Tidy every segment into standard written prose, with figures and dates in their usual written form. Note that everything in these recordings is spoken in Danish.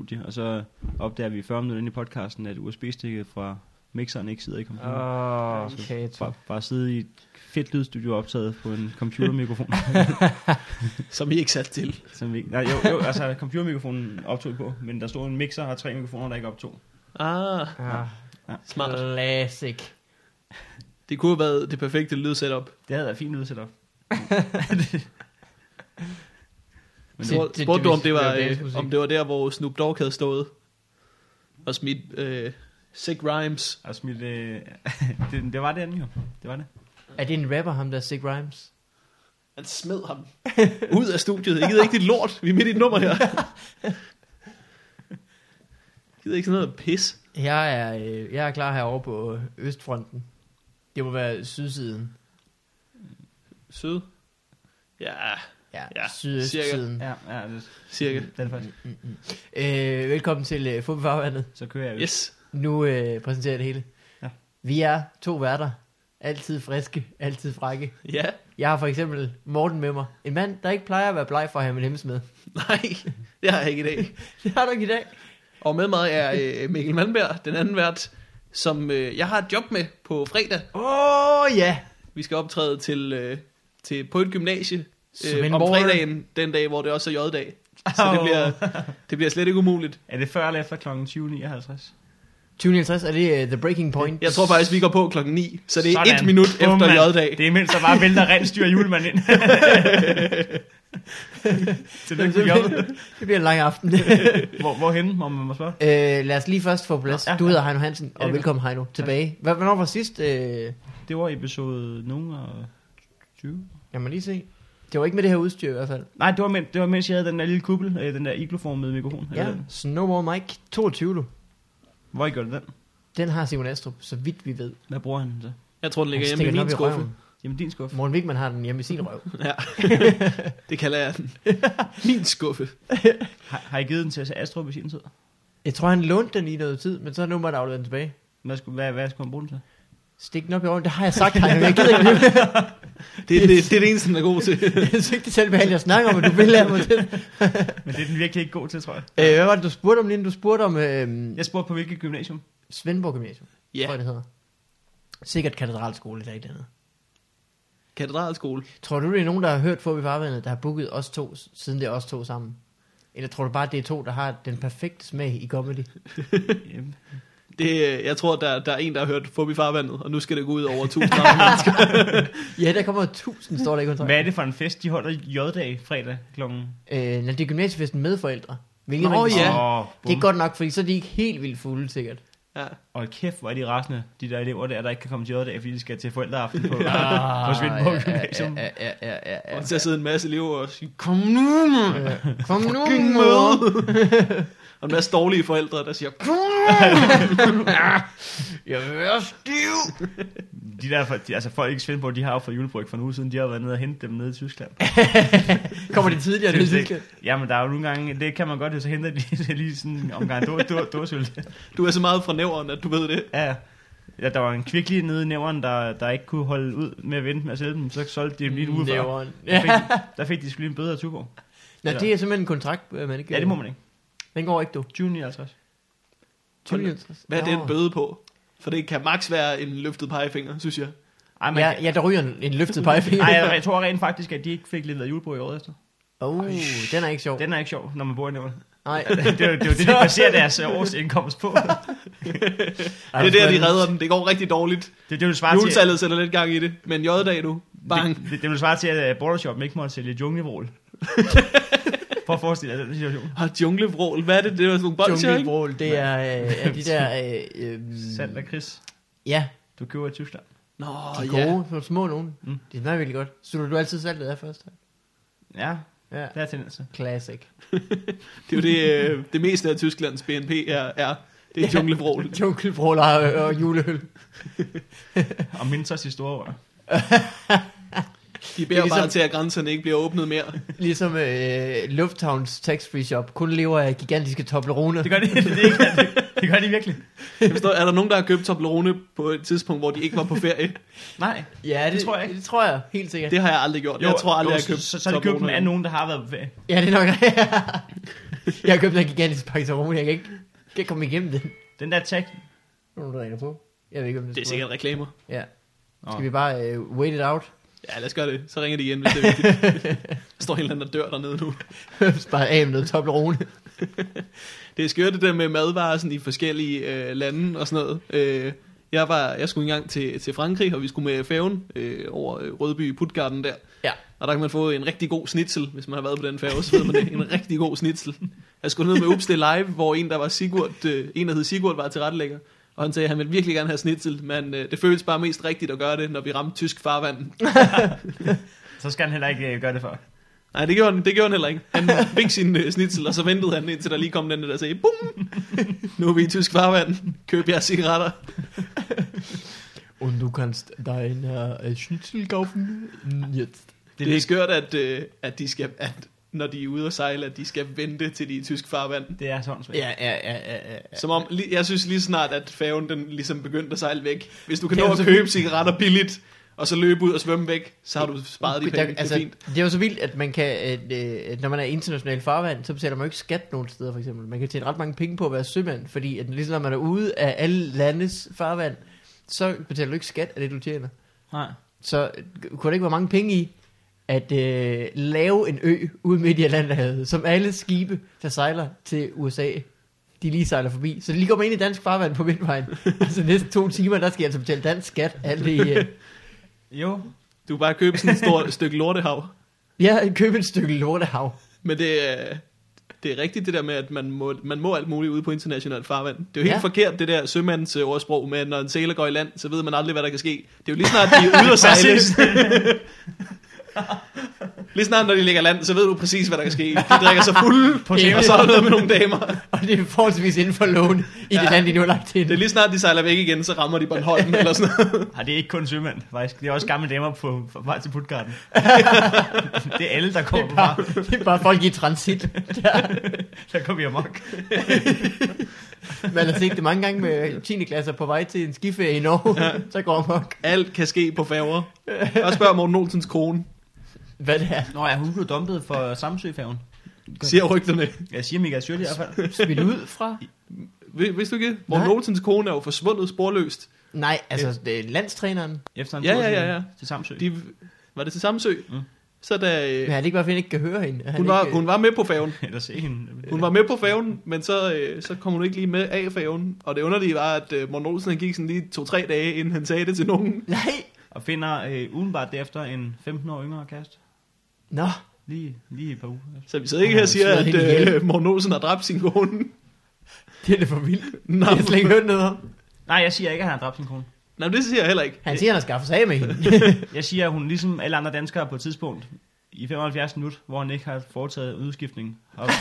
studie, og så opdager vi 40 minutter inde i podcasten, at USB-stikket fra mixeren ikke sidder i computeren. Okay. Bare sidde i et fedt lydstudio optaget på en computermikrofon. Som I ikke sat til. Jo, altså computermikrofonen optog på, men der stod en mixer og 3 mikrofoner, der ikke optog. Ja. Smart. Classic. Det kunne have været det perfekte lydsetup. Det havde været fint lydsetup. Spurgte du, om det var der, hvor Snoop Dogg havde stået og smidt Sick Rhymes? Og smidt, det var det andet jo. Det var det. Er det en rapper, ham der Sick Rhymes? Han smed ham ud af studiet. Jeg gider ikke dit lort. Vi er midt i et nummer her. Jeg gider ikke sådan noget pis. Jeg er klar herovre på Østfronten. Det må være sydsiden. Syd? Ja, sydøstsiden. Ja, det cirka. Det er det faktisk. Velkommen til Fodboldfarvandet. Så kører jeg. Yes. Nu præsenterer jeg det hele. Ja. Vi er 2 værter. Altid friske, altid frække. Ja. Jeg har for eksempel Morten med mig. En mand, der ikke plejer at være bleg for at have med hemmes med. Nej, det har jeg ikke i dag. Det har du ikke i dag. Og med mig er Mikkel Malmberg, den anden vært, som jeg har et job med på fredag. Ja. Vi skal optræde på et gymnasie om fredagen, den dag, hvor det også er J-dag. Så det bliver slet ikke umuligt. Er det før eller efter kl. 20.59? 20.59, er det the breaking point? Jeg tror faktisk, vi går på klokken 9, så det er sådan. 1 minut efter J-dag. Det er imens der bare vælter rensdyr julemand ind. Det bliver en lang aften. Hvorhenne, må man spørge? Lad os lige først få plads. Du hedder Heino Hansen, og velkommen Heino tilbage. Hvornår var sidst? Det var episode nogen og 20. Kan man lige se? Det var ikke med det her udstyr i hvert fald. Nej, det var mens jeg havde den der lille kuppel, den der igloformede mikrofon. Ja, Snowball Mic 22. Hvor I gør det den? Den har Simon Astrup, så vidt vi ved. Hvad bruger han så? Jeg tror, den ligger hjemme i min skuffe. Jamen din skuffe. Morten Wigman har den hjemme i sin røv. Ja, det kalder jeg den. Min skuffe. Har I givet den til Astrup i sin tid? Jeg tror, han lånte den i noget tid, men så har nu måtte aflevere den tilbage. Hvad skulle han bruge den til? Stik den op i året. Det har jeg sagt, Heino. Jeg gider ikke det er det eneste, den er god til. Jeg synes ikke, det selv behandler jeg snakker om, at du vil lære mig til. Men det er den virkelig ikke god til, tror jeg. Hvad var det, du spurgte om, Linde? Du spurgte om... Jeg spurgte på hvilket gymnasium? Svendborg Gymnasium, tror jeg det hedder. Sikkert katedralskole eller ikke andet. Katedralskole. Tror du, det er nogen, der har hørt Fubi Farvandet, der har booket os to, siden det er os to sammen? Eller tror du bare, det er 2, der har den perfekte smag i comedy? Jeg tror, der er en, der har hørt Fubi Farvandet, og nu skal det gå ud over 1000 mennesker. Ja, der kommer 1000, står der i kontrakten. Hvad er det for en fest, de holder J-dag fredag klokken? Det er gymnasiefesten med forældre. Ja. Det er godt nok, fordi så er de ikke helt vildt fulde, sikkert. Ja. Og kæft, hvor er de rasende, de der elever der ikke kan komme til J-dag, fordi de skal til forældreaften på Svendborg Gymnasium. Og så sidder en masse elever og siger, kom nu, man. Kom nu, med. Og en masse dårlige forældre, der siger, kom jeg vil være stiv. De der, altså folk ikke Svendborg, de har jo fået julebryg for en uge siden, de har været nede og hente dem nede i Tyskland. Kommer de tidligere nede i Tyskland? Jamen der er jo nogle gange, det kan man godt, så henter de lige sådan en omgang dåsøl. Du er så meget fra Nævren, at du ved det. Ja, der var en kviklig nede i Nævren, der ikke kunne holde ud med at vente med at sælge dem, så solgte de dem lige en uge før. Der fik de sgu lige en bøde af 20 år. Nå, det er simpelthen en kontrakt, man ikke... Ja, det må man ikke. Den går ikke, du. 2059. Hvad er det en bøde på? For det kan max være en løftet pegefinger, synes jeg. Ja, der ryger en løftet pegefinger. Nej, jeg tror rent faktisk, at de ikke fik leveret julebord i året efter. Den er ikke sjov. Den er ikke sjov, når man bor i Nævren. Nej. Det er jo det, de baserer deres årsindkomst på. Det er der, de redder den. Det går rigtig dårligt. Julesalget sætter lidt gang i det. Men J-dag nu. Bang. Det vil svare til, at Bordershop ikke måtte sælge junglevrål. Prøv at forestille dig den situation. Junglevrål, hvad er det? Det var sådan nogle bolsjer, ikke? Junglevrål, det er de der... Salt og kris. Ja. Du køber i Tyskland. Nå, de gode, for små nogen. Det smager virkelig godt. Så du altid saltet af først? Ja, det er tendens. Classic. Det er jo det meste af Tysklands BNP er det er junglevrål. Junglevrål og juleøl. Og Mintos i store rør. De beder ligesom, bare til, at grænserne ikke bliver åbnet mere. Ligesom Lufthavns tax-free shop kun lever af gigantiske Toblerone. Det gør de, det gør de virkelig. Er der nogen, der har købt Toblerone på et tidspunkt, hvor de ikke var på ferie? Nej, ja, det tror jeg ikke. Det tror jeg, helt sikkert. Det har jeg aldrig gjort. Jeg tror aldrig, jeg har købt så er det købt af nogen, der har været på ferie. Ja, det er nok. Jeg har købt en gigantisk pakke Toroni, jeg kan ikke komme igennem den. Den der tag. Nogen der ringer på. Jeg ved ikke, om det er sikkert reklamer. Ja. Skal vi bare wait it out? Ja, lad os gøre det. Så ringer de igen, hvis det er vigtigt. Der står en eller anden, der dør dernede nu. Bare af med noget Toblerone. Det er skørt det der med madvarer sådan, i forskellige lande og sådan noget. Jeg skulle engang til Frankrig, og vi skulle med færgen over Rødby Puttgarden der. Ja. Og der kan man få en rigtig god schnitzel, hvis man har været på den færge, så ved man det. En rigtig god schnitzel. Jeg skulle ned med Ups det Live, hvor en, der hed Sigurd, var tilrettelægger. Og han sagde, at han ville virkelig gerne have schnitzel, men det føles bare mest rigtigt at gøre det, når vi ramte tysk farvand. Så skal han heller ikke gøre det for. Nej, det gjorde han heller ikke. Han fik sin schnitzel, og så ventede han indtil der lige kom den der sagde, bum! Nu er vi i tysk farvand. Køb jer cigaretter. Og du kannst deine Schnitzel kaufen jetzt. Det er skørt, at de skal... når de er ude at sejle, at de skal vente til de i tysk farvand. Det er sådan svært. Ja. Som om, jeg synes lige snart, at færgen den ligesom begyndte at sejle væk. Hvis du kan nå at købe cigaretter billigt, og så løbe ud og svømme væk, så har du sparet de penge. Altså, det er jo så vildt, at man kan, når man er international farvand, så betaler man jo ikke skat nogen steder, for eksempel. Man kan tjene ret mange penge på at være sømand, fordi at ligesom når man er ude af alle landes farvand, så betaler du ikke skat af det, du tjener. Nej. Så kunne der ikke være mange penge i at lave en ø ude midt i Atlanterhavet, som alle skibe, der sejler til USA, de lige sejler forbi. Så de lige kommer ind i dansk farvand på vindvejen. Altså næste 2 timer, der skal jeg altså betale dansk skat. Alt det, Jo. Du kan bare købe sådan et stort stykke lortehav. Ja, købe et stykke lortehav. Men det er rigtigt det der med, at man må alt muligt ude på internationalt farvand. Det er jo helt forkert, det der sømands ordsprog med, at når en sæler går i land, så ved man aldrig, hvad der kan ske. Det er jo lige snart, de er ude at sejle. Lige snart når de ligger land, så ved du præcis, hvad der kan ske. De drikker sig fulde, og så er der noget med nogle damer. Og det er forholdsvis inden for lån i det land, de nu har lagt til. Det er lige snart, de sejler væk igen, så rammer de Bornholm eller sådan noget. Nej, det er ikke kun sømænd, faktisk. Det er også gamle damer på vej til Puttgarden. Det er alle, der kommer på vej. Det er bare folk i transit. Der kommer vi amok. Man har set det mange gange med 10. klasser på vej til en skiferie i Norge. Ja. Så går amok. Alt kan ske på færger. Og spørg Morten Olsens kone. Hvad det er? Nå ja, hun blev dumpet for Samsø-færgen. Siger rygterne. Jeg siger Michael Schødt i hvert fald. Smidt ud fra? Vidste du ikke? Morten Olsens kone er jo forsvundet sporløst. Nej, altså det er landstræneren. Efter en ja. Til Samsø. Var det til Samsø? Mm. Så da, men er det ikke bare, fordi han ikke kan høre hende? Hun var med på færgen. Eller se hende. Hun var med på færgen, men så kom hun ikke lige med af færgen. Og det underlige var, at Morten Olsen han gik sådan lige 2-3 dage, inden han sagde det til nogen. Nej. Og finder udenbart derefter en 15 år yngre kæreste. Nå. Lige et par uger. Så vi sidder ikke her og siger, at Morten Olsen har dræbt sin kone. Det er det for vildt. Jeg har slet ikke hørt noget om. Nej, jeg siger ikke, at han har dræbt sin kone. Nej, det siger jeg heller ikke. Han siger, at han har skaffet sig af med hende. Jeg siger, at hun ligesom alle andre danskere på et tidspunkt, i 75 minutter, hvor han ikke har foretaget udskiftning,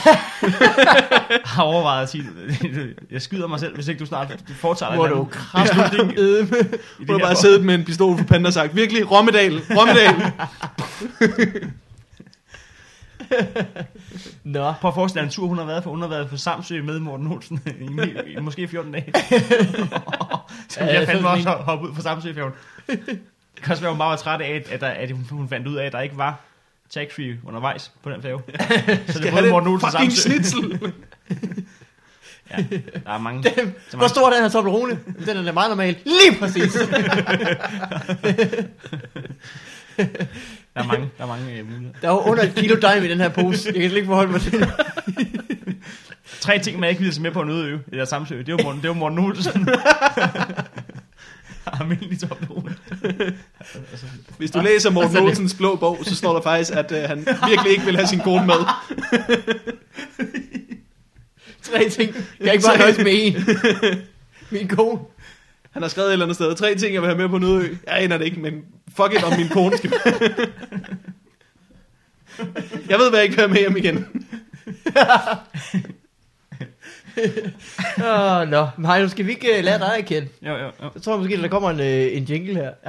har overvejet at sige, jeg skyder mig selv, hvis ikke du snart foretager dig. Hvor du kraftedeme. Hvor du bare siddet med en pistol for panden og sagt, virkelig, Rommedal. Nå. Prøv at forestille dig en tur, hun har været for. Hun har været på Samsø med Morten Olsen i måske 14 dage. Så jeg fandt mig også hoppe ud på Samsø-færgen. Det kan også være, hun bare var træt af, at hun fandt ud af, at der ikke var tag-free undervejs på den færge. Så det både Morten Olsen fucking schnitzel. Ja, der er mange. Hvor stor er den her Toblerone? Den er meget normal. Lige præcis. Der er mange muligheder. Der er jo under 1 kilo dej i den her pose. Jeg kan slet ikke forholde mig til det. 3 ting, man ikke ville se med på en øde ø. Det der Samsø. Det var Morten Olsen. Almindelig Toblerone. Hvis du læser Morten Olsens blå bog, så står der faktisk, at han virkelig ikke vil have sin kone med. 3 ting. Jeg kan ikke bare nøjes med en. Min kone. Han har skrevet et eller andet sted. 3 ting, jeg vil have med på en øde ø. Jeg aner det ikke, men fuck it, om min kone skal. Jeg ved, hvad jeg ikke vil have med hjem igen. Nå, men nu skal vi ikke lære dig at kende. Jo. Jeg tror måske, der kommer en jingle her. Ja.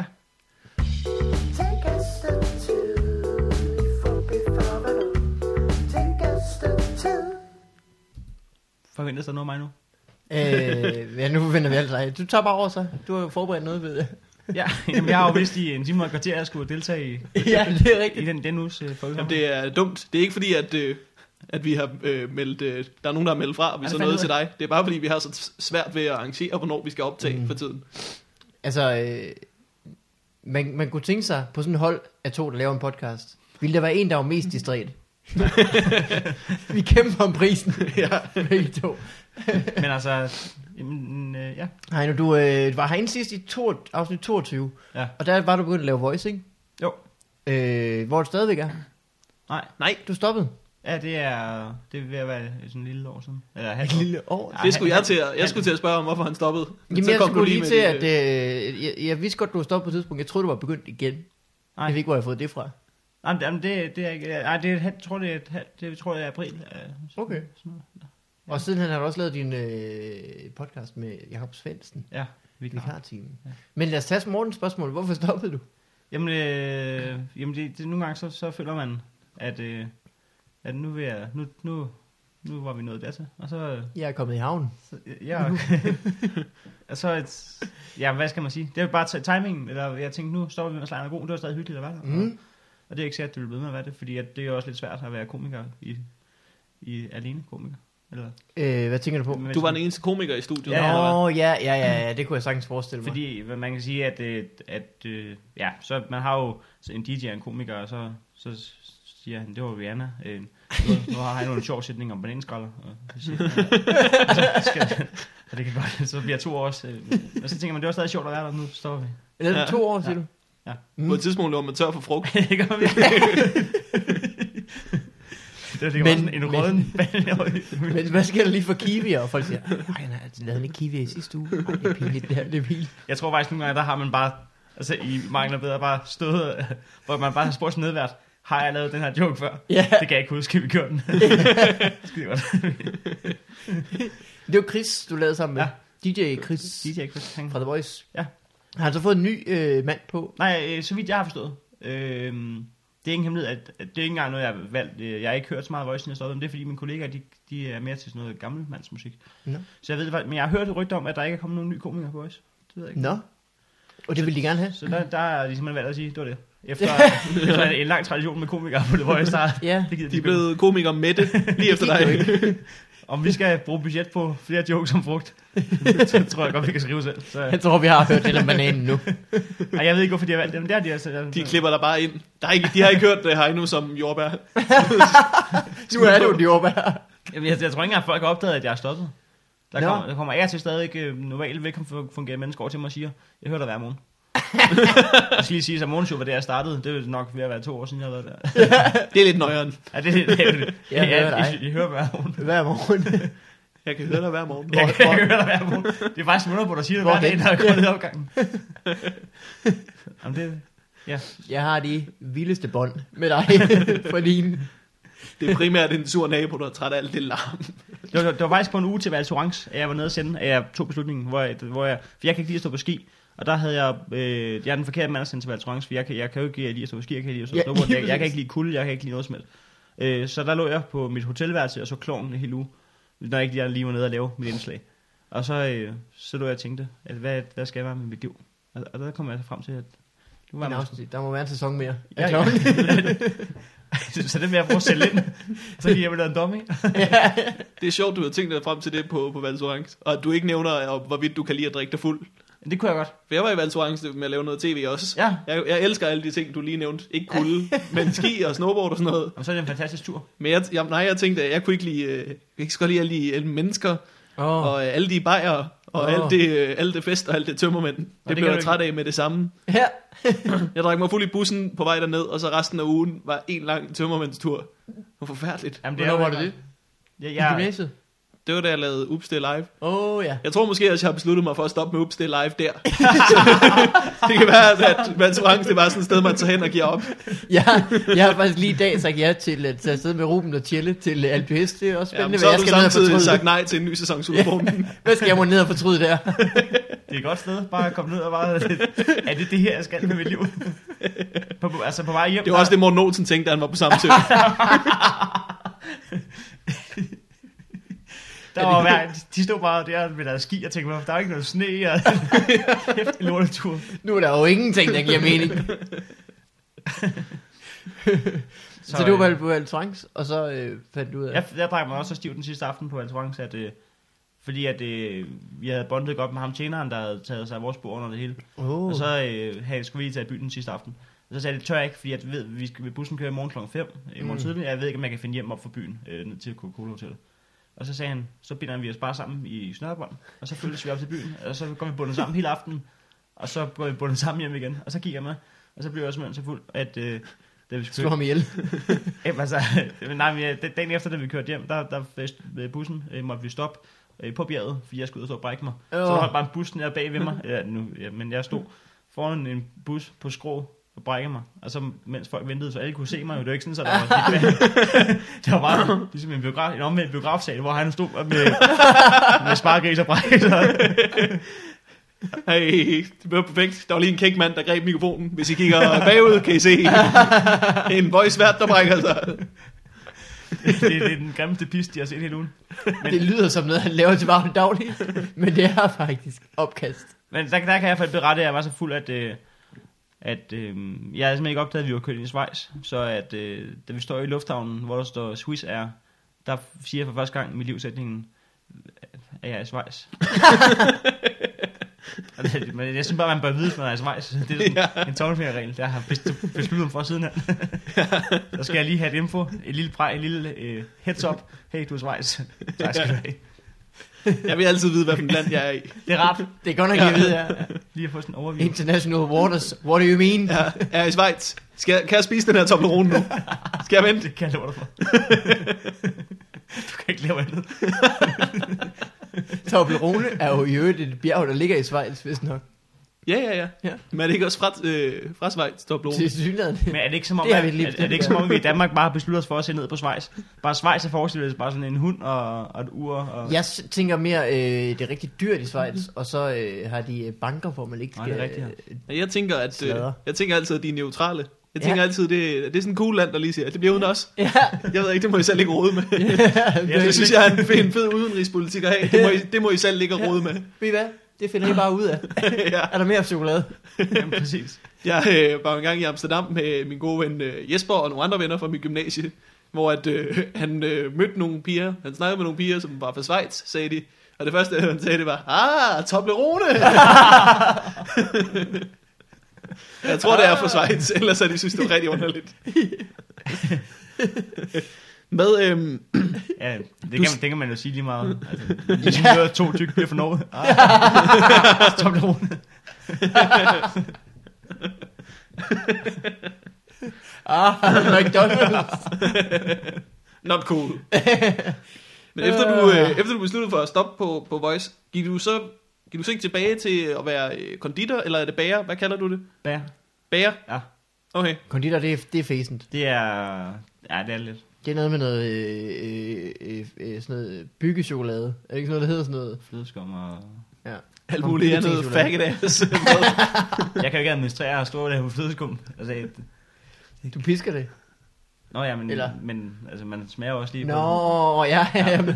Forventer der noget af mig nu? Ja, nu forventer vi alt dig. Du tager bare over så. Du har jo forberedt noget ved det. Ja, jamen, jeg har jo vidst i en time og et kvarter, at jeg skulle deltage i, ja, det er rigtigt. I den uges folkekamp. Det er dumt. Det er ikke fordi, at at vi har meldt, der er nogen, der har meldt fra, og vi så noget til dig. Det er bare fordi, vi har så svært ved at arrangere, hvornår vi skal optage for tiden. Altså, man kunne tænke sig på sådan et hold af 2, der laver en podcast. Ville der være en, der var mest distræt? Vi kæmper om prisen. Ja. Begge 2. Men altså, ja. Hej, du var herinde sidst i afsnit 22. Ja. Og der var du begyndt at lave voice, ikke? Jo. Hvor du stadigvæk er. Nej. Du stoppede. Ja, det er ved at være sådan en lille år siden. Eller Et lille år. Det skulle jeg skulle til at spørge om, hvorfor han stoppede. Men Jamen, jeg kom skulle lige til, at... jeg vidste godt, du var stoppet på et tidspunkt. Jeg troede, du var begyndt igen. Nej. Jeg ved ikke, hvor jeg har fået det fra. Jamen, det er ikke... Nej, det tror jeg er april. Okay. Sådan noget. Ja. Og siden han har du også lavet din podcast med Jakob Svendsen. Ja, Vikarteamen. Ja. Men lad os tage Mortens spørgsmål. Hvorfor stoppede du? Jamen, det nogle gange så føler man, at nu var vi nået dertil. Og så... Jeg er kommet i havnen. Ja, hvad skal man sige? Det er jo bare timingen. Eller jeg tænkte, nu stopper vi med at slage god. Det var stadig hyggeligt at være der. Og det er ikke sikkert, at det vil blive med at være det. Fordi at det er jo også lidt svært at være komiker i alene komiker. Eller? Hvad tænker du på? Du var den eneste komiker i studiet. Ja, det kunne jeg sagtens forestille mig. Fordi man kan sige, at så man har jo en DJ og en komiker, og så siger han, det var Rihanna. Nu har han nogle sjove sætninger om bananskralder. Og så og det kan godt, så bliver 2 år også. Og så tænker man, det var stadig sjovt at være der, nu står vi. Eller 2 år, siger du? Ja. På et tidspunkt var man tør for frugt. Det gør man Det var sådan en røden. Men hvad sker der lige for kiwier? Og folk siger, nej, han har lavet en kiwi i sidste uge. Ej, det er pinligt, det er pinligt. Jeg tror faktisk nogle gange, der har man bare, altså i mangler bedre, bare stået, hvor man bare har spurgt nedvært, har jeg lavet den her joke før? Ja. Det kan jeg ikke huske, skal vi køre den? Skide godt. Det var Chris, du lavede sammen med. Ja. DJ Chris. DJ Chris. Fra The Voice. Ja. Har han så fået en ny mand på? Nej, så vidt jeg har forstået. Det er ingen hemmelighed, at det er ikke engang noget, jeg har valgt. Jeg har ikke hørt så meget Voice, siden jeg stoppede, men det er fordi mine kollegaer, de er mere til sådan noget gammelmandsmusik. No. Så jeg ved det faktisk, men jeg har hørt et rygte om, at der ikke er kommet nogen ny komiker på Voice. Det ved jeg ikke. Nå. Og det vil de gerne have. Så der er de simpelthen valgt at sige, det var det. Efter en lang tradition med komikere på The Voice, der de er blevet komikere med det, lige efter dig. Om vi skal bruge budget på flere jokes om frugt, så tror jeg godt, vi kan skrive selv. Så... Jeg tror, vi har hørt det om bananen nu. Ej, jeg ved ikke, hvorfor de har valgt det, men det har de altså... De klipper der bare ind. De har ikke hørt det her endnu som jordbær. Nu er du et jordbær. Jeg tror ikke engang, at folk har opdaget, at jeg er stoppet. Der kommer jeg til stadig normalt velfungerende mennesker over til mig og siger, jeg hører dig hver morgen. Jeg skal lige sige, at morgenshow var det, jeg startede. Det er nok ved at være 2 år siden, jeg har været der. Det er lidt nøjeren. Ja, det. Jeg hører dig. I hører hver morgen. Hver morgen. Jeg kan høre dig hver morgen. Jeg kan høre dig hver morgen. Det er faktisk måneder, hvor der siger det hver dag, når jeg går ned i opgangen. Jamen det... Ja. Jeg har de vildeste bånd med dig for din. Det er primært en sur nabo, der er træt af alt det larm. Det var faktisk på en uge til Val Thorens, at jeg var nede og sende, at jeg tog beslutningen, hvor jeg, for jeg kan ikke lide at stå på ski. Og der havde jeg, jeg er den forkerte mand at sende til Val Thorens, for jeg kan jo ikke lide at stå på ski, jeg kan lide at stå på snowboard, jeg kan ikke lide kulde, jeg kan ikke lide noget som helst. Så der lå jeg på mit hotelværelse og så Klovn en hel uge, når jeg ikke lige var nede og lave mit indslag. Og så lå jeg og tænkte, at hvad skal jeg være med mit liv? Og der kom jeg frem til, at nu var der må være en sæson mere. Ja. Så det vil jeg prøve at sælge ind. Så giver jeg mig en dummy. Det er sjovt, du har tænkt dig frem til det på Val Thorens, og at du ikke nævner, hvorvidt du kan lide at drikke dig fuld. Det kunne jeg godt. For jeg var i Val Thorens med at lave noget tv også. Ja. Jeg elsker alle de ting, du lige nævnte. Ikke kulde, men ski og snowboard og sådan noget. Og så er det en fantastisk tur. Men jeg tænkte, at jeg kunne ikke lide, ikke så godt lide alle de mennesker, og alle de bajere, og alt det fest og alt det tømmermænd. Det blev jeg træt af med det samme. Ja. Jeg drak mig fuld i bussen på vej derned, og så resten af ugen var en lang tømmermændstur. Det var forfærdeligt. Jamen, Hvornår var det? I gymnasiet? Det var da jeg lavede Ups, det live. Ja. Jeg tror måske, at jeg har besluttet mig for at stoppe med Ups, det live der. Det kan være, at Val Thorens, det var sådan et sted, man tager hen og giver op. Jeg har faktisk lige i dag sagt ja til at tage afsted med Ruben og Tjelle til LPS. Det er også spændende. Så har du samtidig sagt nej til en ny sæsonsudfordring. Hvad skal jeg må ned og fortryde der? Det er et godt sted. Bare komme ned og bare... Er det her, jeg skal med mit liv? På vej hjem. Det var også det, Morten Olsen tænkte, da han var på samme tid. De stod bare der med deres ski og tænkte, der er ikke noget sne og hæftig lortetur. Nu er der jo ingenting, der giver mening. Så du var på Altrans, og så fandt du ud af... Jeg drak mig også så stiv den sidste aften på Altrans, at... fordi at vi havde bondet godt med ham tjeneren, der havde taget sig af vores bord under det hele. Og så skulle vi tage i byen den sidste aften. Og så sagde jeg, det tør jeg ikke, fordi jeg ved, vi skal ved bussen køre i morgen klokken 5 i morgen tidlig. Jeg ved ikke, om jeg kan finde hjem op fra byen ned til Coca-Cola Hotel. Og så sagde han, så binder vi os bare sammen i snørebånd, og så følges vi op til byen, og så går vi bundet sammen hele aftenen, og så går vi bundet sammen hjem igen, og så gik jeg med, og så blev jeg simpelthen så fuld, at da vi slå ham ihjel. Altså, dagen efter, da vi kørte hjem, der ved bussen måtte vi stoppe på bjerget, fordi jeg skulle ud og stå og brække mig. Så der var bare en bus nede bag ved mig, men jeg stod foran en bus på skrå og brække mig, og så mens folk ventede, så alle kunne se mig, det var ikke sådan, så der var det var bare ligesom en omvendt biografsal, hvor han stod med sparkris og brække sig. Hey, det blev perfekt. Der var lige en kækmand, der greb mikrofonen. Hvis I kigger bagud, kan I se en voice-vært, der brækker sig. Det er den grimmeste pist, de har set hele ugen. Men det lyder som noget, han laver til varmen dagligt, men det er faktisk opkast. Men der kan jeg i hvert fald berette, at jeg var så fuld, at jeg havde simpelthen ikke opdaget, at vi var kørt ind i Schweiz. Så at da vi står i lufthavnen, hvor der står Swiss Air, der siger jeg for første gang i mit liv sætningen, at jeg er i Schweiz. Men jeg synes bare, man bør vide, at man er i Schweiz. Det er sådan en tommelfingerregel, der har besluttet for siden her. Så skal jeg lige have et info, et lille heads up. Hey, du er i Schweiz. Tak skal du have. Jeg vil altid vide, hvilken land jeg er i. Det er ret. Det er godt nok, jeg ved, ja. Lige at få sådan en overview. International waters, what do you mean? Ja, jeg er i Schweiz. Kan jeg spise den her Toblerone nu? Skal jeg vente? Det kan jeg love dig for. Du kan ikke lave andet. Toblerone er jo i øvrigt et bjerg, der ligger i Schweiz, hvis nok. Ja. Men er det ikke også fra Schweiz, Toblerone? Til synligheden. Men er det ikke som om, vi i Danmark bare beslutter os for at se ned på Schweiz? Bare Schweiz er forestillet bare sådan en hund og et ur. Og... Jeg tænker mere, det er rigtig dyrt i Schweiz, og så har de banker, hvor man ikke skal... det er rigtigt, ja. Jeg tænker altid, at de er neutrale. Jeg tænker altid, det er sådan en cool land, der lige siger, at det bliver uden os. Ja. Jeg ved ikke, det må I selv ikke rode med. Det synes jeg er en fed udenrigspolitik at have. Det må I selv ikke rode med. Ved I hvad? Det finder I bare ud af. Ja. Er der mere chokolade? Jamen, præcis. Jeg var en gang i Amsterdam med min gode ven Jesper og nogle andre venner fra mit gymnasie, hvor han mødte nogle piger. Han snakkede med nogle piger, som var fra Schweiz, sagde de. Og det første, han sagde, det var, Toblerone! Jeg tror, det er fra Schweiz, ellers har de synes, det var rigtig underligt. Med, ja, det kan man jo sige lige meget. Altså, ja. 2 tyk bliver for noget. Toblerone. McDonald's. Not cool. Men efter du besluttede for at stoppe på Voice, gik du så ikke tilbage til at være konditor, eller er det bager? Hvad kalder du det? Bager? Ja. Okay. Konditor, det er fæsent. Det er... Ja, det er lidt. Det er noget med noget, sådan noget byggechokolade. Er det ikke noget, der hedder sådan noget? Flødeskum og... Ja. Alt muligt andet faggot ass. Jeg kan jo ikke administrere at stå der på flødeskum. Altså, du pisker det? Nå ja, men altså, man smager også lige på det. Nå, ja.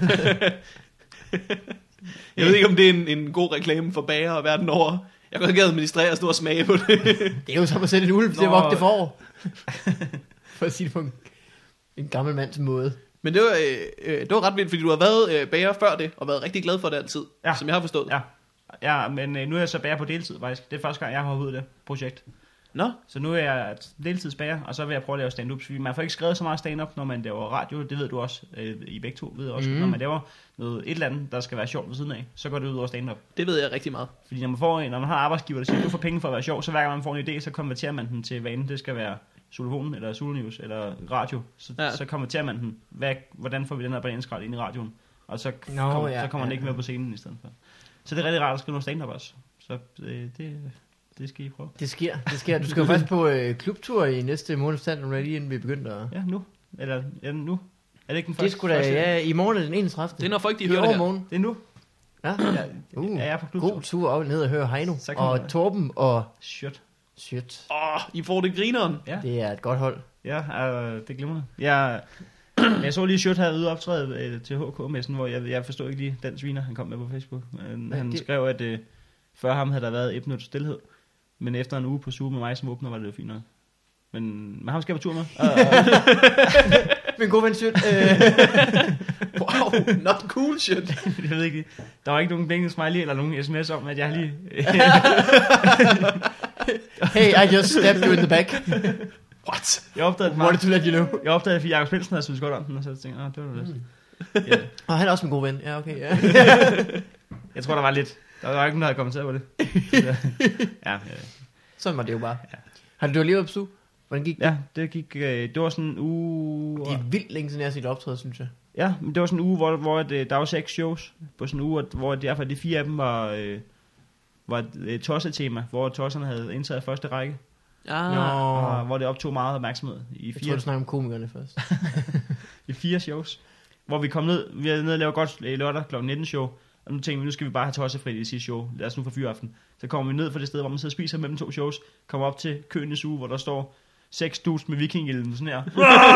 Jeg ved ikke, om det er en god reklame for bager og verden over. Jeg kan ikke administrere og stå og smage på det. Det er jo som at sætte en ulv til at vogte for. For at sige det på en gammel mands måde. Men det var ret vildt, fordi du har været bager før det, og været rigtig glad for det altid, som jeg har forstået. Ja, men nu er jeg så bager på deltid faktisk. Det er første gang, jeg har hoppet ud af det projekt. Nå? Så nu er jeg deltidsbager, og så vil jeg prøve at lave stand-up. Fordi man får ikke skrevet så meget stand-up, når man laver radio. Det ved du også, I begge to ved også. Når man laver et eller andet, der skal være sjovt ved siden af, så går det ud over stand-up. Det ved jeg rigtig meget. Fordi når man har arbejdsgiver, der siger, du får penge for at være sjov, så hver gang man får en idé, så konverterer man den til, hvad enten det skal være Solofonen, eller Solonews, eller radio. Så konverterer man den. Hvordan får vi den her bananskral ind i radioen? Og så kommer den ikke med på scenen i stedet for. Så det er rigtig rart at skrive noget stand-up også. Så det skal I prøve. Det sker. Du skal jo faktisk på klubtur i næste måned, stand-up ready, inden vi begynder. Ja, nu. Eller nu. Er det ikke den første? Det skulle da, ja, i morgen er den 31. Det er når folk, de hører det her. Morgen. Det er nu. Ja. Jeg er på klubtur. God tur op ned og høre Heino. Og Torben og... Shit. I får det grineren. Ja. Det er et godt hold. Ja, det glemmer jeg. Jeg så lige Shut havde ude optræde til HK-messen, hvor jeg forstod ikke lige den sviner, han kom med på Facebook. Han skrev, at før ham havde der været et minut stillhed. Men efter en uge på Zoom med mig som åbner, var det jo fint nok. Men ham skal jeg på tur med. Min gode ven Sjøt. Wow, not cool shit. Jeg ved ikke, der var ikke nogen blinkende smiley eller nogen sms om, at jeg lige... Hey, I just stabbed you in the back. What? Jeg opdagede Wanted to let you know. Jeg opdagede, at Jacob Spensen havde synes godt om den, og så tænkte jeg, det var det. Ja. Og han er også min gode ven. Ja, okay. Ja. Jeg tror, der var lidt... Der var ikke nogen, der havde kommenteret på det. Ja. Sådan var det jo bare. Ja. Har du lige været på stue? Hvordan gik det? Ja, det gik... Det var sådan en uge... Det er vildt længe siden, jeg har set optræde, synes jeg. Ja, men det var sådan en uge, hvor der var 6 shows på sådan en uge, hvor derfor de 4 af dem var et tossetema, hvor tosserne havde indtaget første række. Og hvor det optog meget opmærksomhed i 4. Jeg tror, du snakker om komikerne først. I 4 shows. Hvor vi kom ned, vi havde nede og lavet godt lørdag kl. 19 show. Og nu tænkte vi, nu skal vi bare have tossefrit i det sidste show. Lad os nu få fyraften. Så kommer vi ned fra det sted, hvor man sidder og spiser mellem 2 shows. Kommer op til Køenes uge, hvor der står 6 dudes med vikinghjelmen sådan her.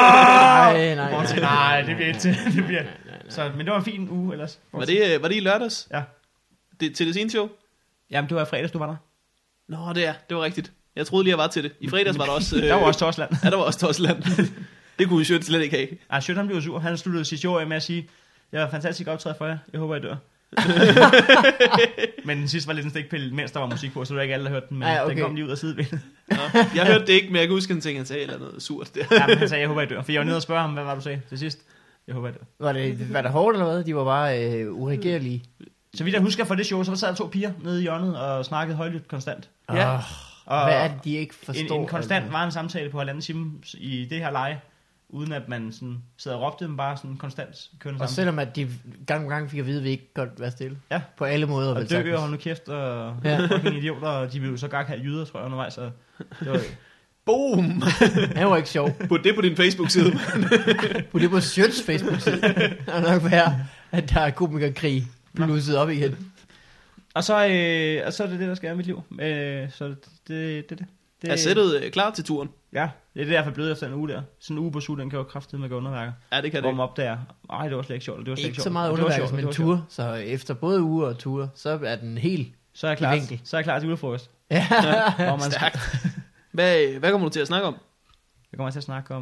Nej, det bliver ikke til. Det bliver. Så, men det var en fin uge ellers. Var det i lørdags? Ja. Til det seneste show? Jamen, det var i fredags, du var der. Nå, det var rigtigt. Jeg troede lige, jeg var til det. I fredags var der også... Der var også Torsland. Ja, der var også Torsland. Det kunne Sjøt slet ikke have. Ej, Sjøt han blev sur. Han sluttede sit show af med at sige, jeg var fantastisk optrædet for jer. Jeg håber, I dør. Men den sidste var lidt en stikpille, mens der var musik på, så det var ikke alle, der hørte den. Men den kom lige ud af sidebenet. Jeg hørte det ikke, men jeg kan huske, at han sagde eller noget surt der. Ja, men han sagde, jeg håber, I dør. For jeg var nede og spørge ham, hvad var du sagde til sidst? Jeg håber, I dør. Var det hårdt eller hvad? De var bare uregerlige. Så vidt jeg husker fra det show, så sad der 2 piger nede i hjørnet og snakkede højlydt konstant. Ja. Og hvad er det, de ikke forstår? En konstant varm samtale på 1,5 time i det her leje, uden at man sådan sad og råbte dem bare sådan konstant kørende sammen. Og selvom at de gang på gang fik at vide, at vi ikke godt være stille. Ja. På alle måder. Og døg og hold nu kæft, og fucking idioter, og de blev jo så gak halv jyder, tror jeg, undervejs. Så det var Boom! Det var ikke sjov. Put det på din Facebook-side. Put det på Sjøts Facebook-side. Det er nok være, at der er komikerkrig blusset op igen. Og så er det der skal i mit liv. Så det. Er sættet klar til turen? Ja, det er derfor blevet efter en uge der. Sådan en uge på SU, den kan jo kraftedeme med gå underværker. Ja, det kan hvor det. man opdager, det var slet ikke sjovt. Det var slet ikke så meget underværker som en tur, så efter både uger og ture, så er den helt så er jeg klar til julefrokost. Ja, hvor man stærkt. Hvad kommer du til at snakke om? Jeg kommer til at snakke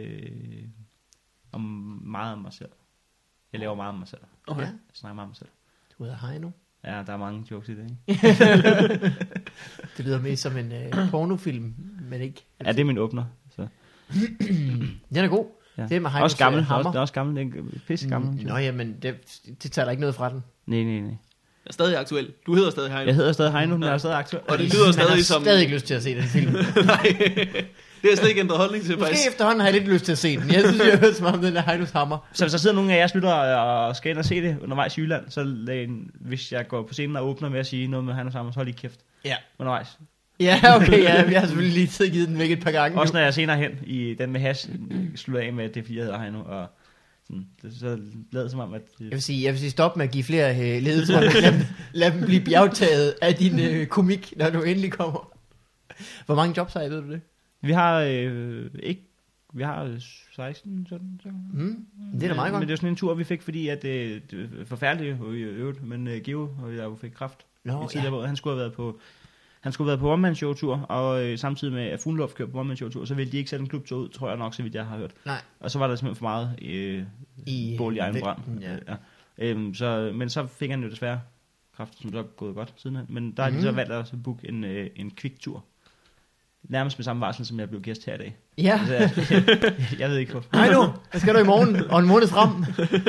om meget om mig selv. Jeg laver meget om mig selv. Okay. Jeg snakker meget om mig selv. Du hedder Heino. Ja, der er mange jokes i det, ikke? Det lyder mest som en pornofilm, men ikke. Ja, det er min åbner. Så. Den er god. Ja. Det er med Heinos også gammel. hammer. Det er også gammel. Det er pisse gammel. Nå ja, men det tager der ikke noget fra den. Nej. Jeg er stadig aktuel. Du hedder stadig Heino. Jeg hedder stadig Heino, men jeg er stadig aktuel. Og det lyder stadig som... Man har stadig ikke lyst til at se den film. Nej, det har slet ikke ændret holdning til. Måske efterhånden har jeg lidt lyst til at se den. Jeg synes, jeg har hørt som om den er Heinos hammer. Så hvis der sidder nogle af jer lytter og skal ind og se det undervejs i Jylland, så hvis jeg går på scenen og åbner med at sige noget med Heinos hammer, så hold lige kæft. Ja. Undervejs. Ja, okay, ja. Vi har selvfølgelig lige tid givet den væk et par gange. Også når jeg senere hen i den med hash slutter af med, at det er fordi, jeg hedder Heino, og sådan, så lader det som om, at... Jeg vil sige stop med at give flere ledetråd. Lad dem blive bjergtaget af din komik, når du endelig kommer. Hvor mange jobs har jeg, ved du det? Vi har vi har 16 sådan. Det er da meget godt. Men det er sådan en tur, vi fik, fordi at det er forfærdeligt i øvrigt, men Geo, og jeg fik kræft i tidligere år. Han skulle have været på one-man-show-tur, og samtidig med at Fuglendorf kørte på one-man-show-tur, så ville de ikke sætte en klubtur ud, tror jeg nok, så vidt jeg har hørt. Nej. Og så var der simpelthen for meget bål i egen brand. Ja. Men så fik han jo desværre kræft, som så er gået godt sidenhen. Men der har de så valgt at booke en quick-tur. Nærmest med samme varsel, som jeg blev gæst her i dag. Ja. Altså, jeg ved ikke hvorfor. Hej nu, hvad skal du i morgen? Og en måned frem.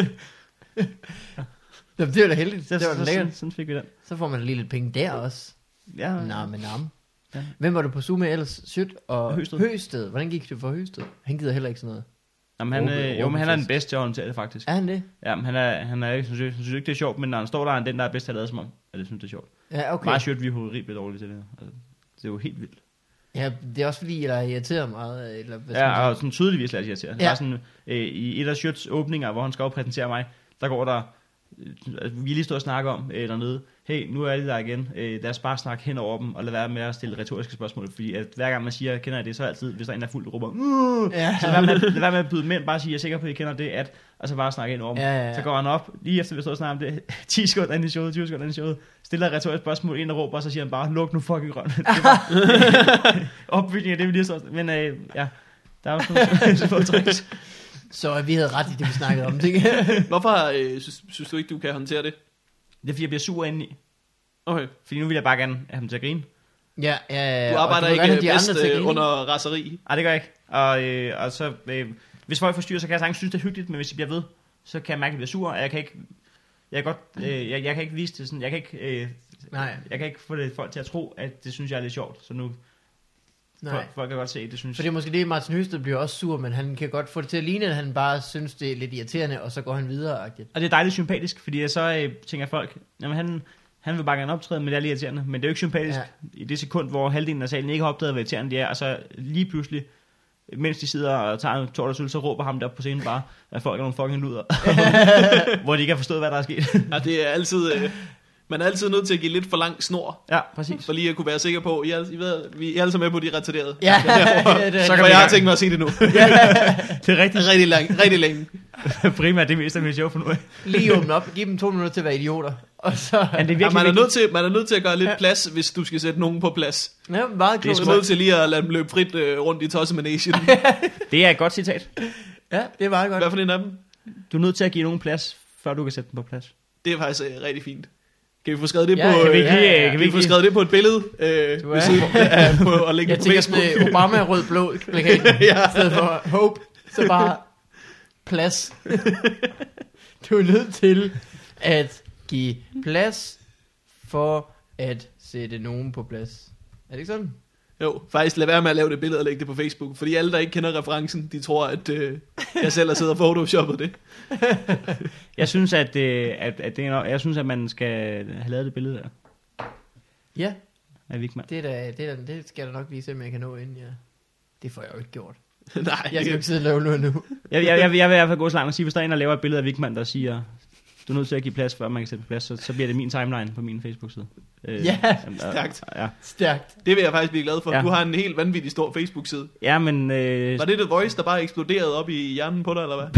Det er da heldigt. Det var da lækkert. Sådan fik vi den. Så får man lige lidt penge der også. Ja. Nam. Ja. Hvem var du på Zoom med ellers? Sjøt og Høsted. Hvordan gik det for Høsted? Han gider heller ikke sådan noget. Jamen, men han er den bedste til at håndtere det, faktisk. Er han det? Ja, men han er ikke, synes ikke, det er sjovt, men når han står der, er han den, der er bedst til at lade som om, at det synes, det er sjovt. Ja, okay. Meget sjovt, vi er horribelt dårlige til det her. Altså, det er jo helt vildt. Ja, det er også fordi, jeg irriterer meget. Eller hvad ja, og sådan tydeligvis lader jeg irritere. Ja. Der er sådan, i et af Sjøts åbninger, hvor han skal præsentere mig, der går der vi lige stået og snakke om dernede, hey, nu er de der igen, lad os bare snakke hen over dem, og lad være med at stille retoriske spørgsmål, fordi at hver gang man siger, kender jeg det, så altid, hvis der er en, der er fuldt råber, så lad være med at byde mænd, bare sige, jeg er sikker på, at I kender det, og så bare snakke hen over dem. Ja. Så går han op, lige efter vi stod og snakke om det, 10 sekunder ind i showet, 20 sekunder ind i showet, stiller et retorisk spørgsmål, en der råber, og så siger han bare, luk nu fucking røven. Det var opbygning af det, vi lige så. Men ja, der er også nogle tricks. Så vi havde ret i det, vi snakkede om. Hvorfor synes du ikke, du kan håndtere det? Det er fordi, jeg bliver sur indeni. Okay. Fordi nu vil jeg bare gerne have ham til at grine. Ja. Du arbejder ikke bedst under raseri? Nej, det gør jeg ikke. Og så, hvis folk forstyrrer, så kan jeg sagtens synes, det er hyggeligt, men hvis de bliver ved, så kan jeg mærke, at jeg bliver sur, og jeg kan ikke vise det sådan, jeg kan ikke få det folk til at tro, at det synes jeg er lidt sjovt, så nu... Folk kan godt se, det synes. For det er måske det, Martin Høsted bliver også sur, men han kan godt få det til at ligne, at han bare synes, det er lidt irriterende, og så går han videre. Og det er dejligt sympatisk, fordi så tænker folk, jamen han vil bare gerne optræde, men det er lidt irriterende. Men det er jo ikke sympatisk i det sekund, hvor halvdelen af salen ikke har opdaget, hvor irriterende de er, og så lige pludselig, mens de sidder og tager en tårtersøl, så råber ham der på scenen bare, at folk er nogle fucking luder. Hvor de ikke har forstået, hvad der er sket. Ja, det er altid... Man er altid nødt til at give lidt for lang snor. Ja, præcis. For lige at kunne være sikker på, vi er alle sammen med på de retarderede. Ja, så kan jeg har tænkt mig at sige det nu. Det er rigtig længe. Primært det meste af mit show for nu. Lige åbne op, give dem 2 minutter til at være idioter. Og så... Ja, det er man er nødt til at gøre lidt plads, hvis du skal sætte nogen på plads. Ja, meget klogt. Du er nødt til lige at lade dem løbe frit rundt i tossemanagen. Det er et godt citat. Ja, det er meget godt. Hvad for en af dem? Du er nødt til at give nogen plads, før du kan sætte dem på plads. Det er faktisk rigtig fint. Kan vi få skrevet det på? Kan vi få skrevet det på et billede? På at lægge jeg på tænker Facebook. sådan Obama rød-blå plakat. I stedet for hope, så bare plads. Du er nødt til at give plads for at sætte nogen på plads. Er det ikke sådan? Jo, faktisk lad være med at lave det billede og lægge det på Facebook. Fordi alle, der ikke kender referencen, de tror, at jeg selv har siddet og photoshoppet det. Jeg synes, at man skal have lavet det billede der. Ja. Af Wigman. Det skal der nok vise, om jeg kan nå ind, ja. Det får jeg jo ikke gjort. Nej. Jeg skal jo ikke sidde og lave noget nu. Jeg vil i hvert fald gå så langt og sige, hvis der er en, der laver et billede af Wigman, der siger, du er nødt til at give plads, før man kan sætte på plads, så bliver det min timeline på min Facebook-side. Stærkt. Ja. Stærkt. Det vil jeg faktisk blive glad for. Ja. Du har en helt vanvittig stor Facebook-side. Ja, men... Var det The Voice, der bare eksploderede op i hjernen på dig, eller hvad?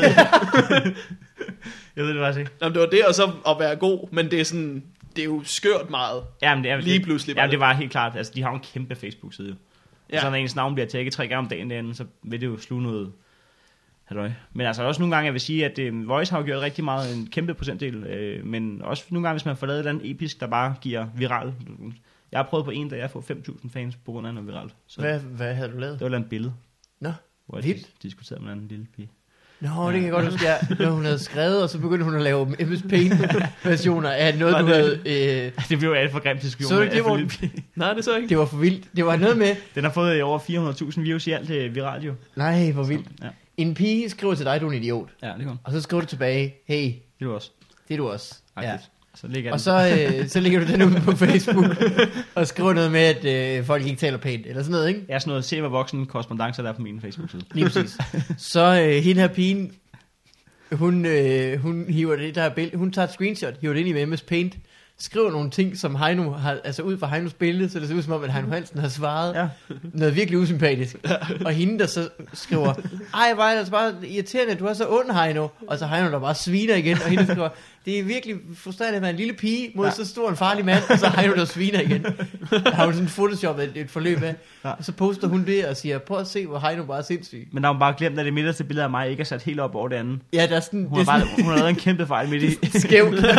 Jeg ved det faktisk ikke. Jamen, det var det, og så at være god, men det er sådan... Det er jo skørt meget. Jamen, det er, lige pludselig. Ja, det var helt klart. Altså, de har jo en kæmpe Facebook-side. Ja. Så når ens navn bliver tagget 3 gange om dagen derinde, så vil det jo sluge noget... Halløj. Men altså også nogle gange, jeg vil sige, at Voice har jo gjort rigtig meget, en kæmpe procentdel, men også nogle gange, hvis man får lavet et eller andet episk, der bare giver viral. Jeg har prøvet på en, da jeg får 5.000 fans på grund af noget viralt. Så hvad havde du lavet? det var et billede. Nå, hvor jeg diskuterede med en lille pige. Nå, det kan jeg godt huske, når hun havde skrevet, og så begyndte hun at lave MS Paint-versioner af noget, du havde... Det blev jo alt for grimt diskussion. Så det var... Nej, det så ikke. Det var for vildt. Det var noget med... Den har fået over 400.000 views i alt viralt jo. Nej, hvor vildt. Ja. En pige skriver til dig, du er en idiot. Ja, det kom. Og så skriver du tilbage, hey. Det er du også. Det er du også. Ja. Så ligger og så lægger du den ud på Facebook, og skriver noget med, at folk ikke taler pænt, eller sådan noget, ikke? Ja, sådan noget, se hvor voksen korrespondancer der er på min Facebook-side. Lige præcis. Så hende her pigen, hun hiver det der billede, hun tager et screenshot, hiver det ind i MS Paint, skriver nogle ting, som Heino har, altså ud fra Heinos billede, så det ser ud som om, at Heino Hansen har svaret noget virkelig usympatisk. Og hende, der så skriver, ej, var det altså bare irriterende, du er så ond, Heino. Og så Heino, der bare sviner igen, og hende skriver, det er virkelig frustrerende at være en lille pige mod så stor en farlig mand, og så Heino, der sviner igen. Der har hun sådan en Photoshop et forløb af. Og så poster hun det og siger, prøv at se, hvor Heino bare er sindssyg. Men der har hun bare glemt, at det midterste billede af mig ikke er sat helt op over det andet. Ja, der er sådan... Hun har lavet en kæmpe fejl midt i. Skævt. Hun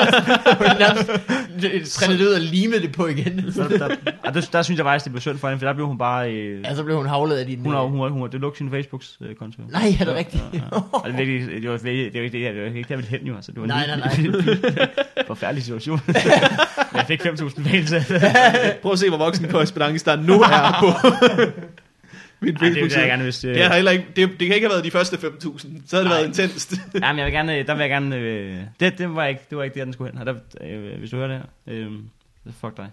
trænede ud og limede det på igen. Der synes jeg faktisk, det blev synd for hende, for der blev hun bare... Ja, så blev hun havlet af din... Hun det lukkede sin Facebooks konto. Nej, er det rigtigt? Og det var ikke der, jeg ville hen jo. Altså, det var nej. Forfærdelig situation. Jeg fik 5.000 fans. Prøv at se, hvor voksen korrespondance der nu er på min Facebook. Det kan ikke have været de første 5.000. Så havde det været intenst. Ja, men der vil jeg gerne... Det var ikke der, den skulle hen. Hvis du hører det her, så fuck dig.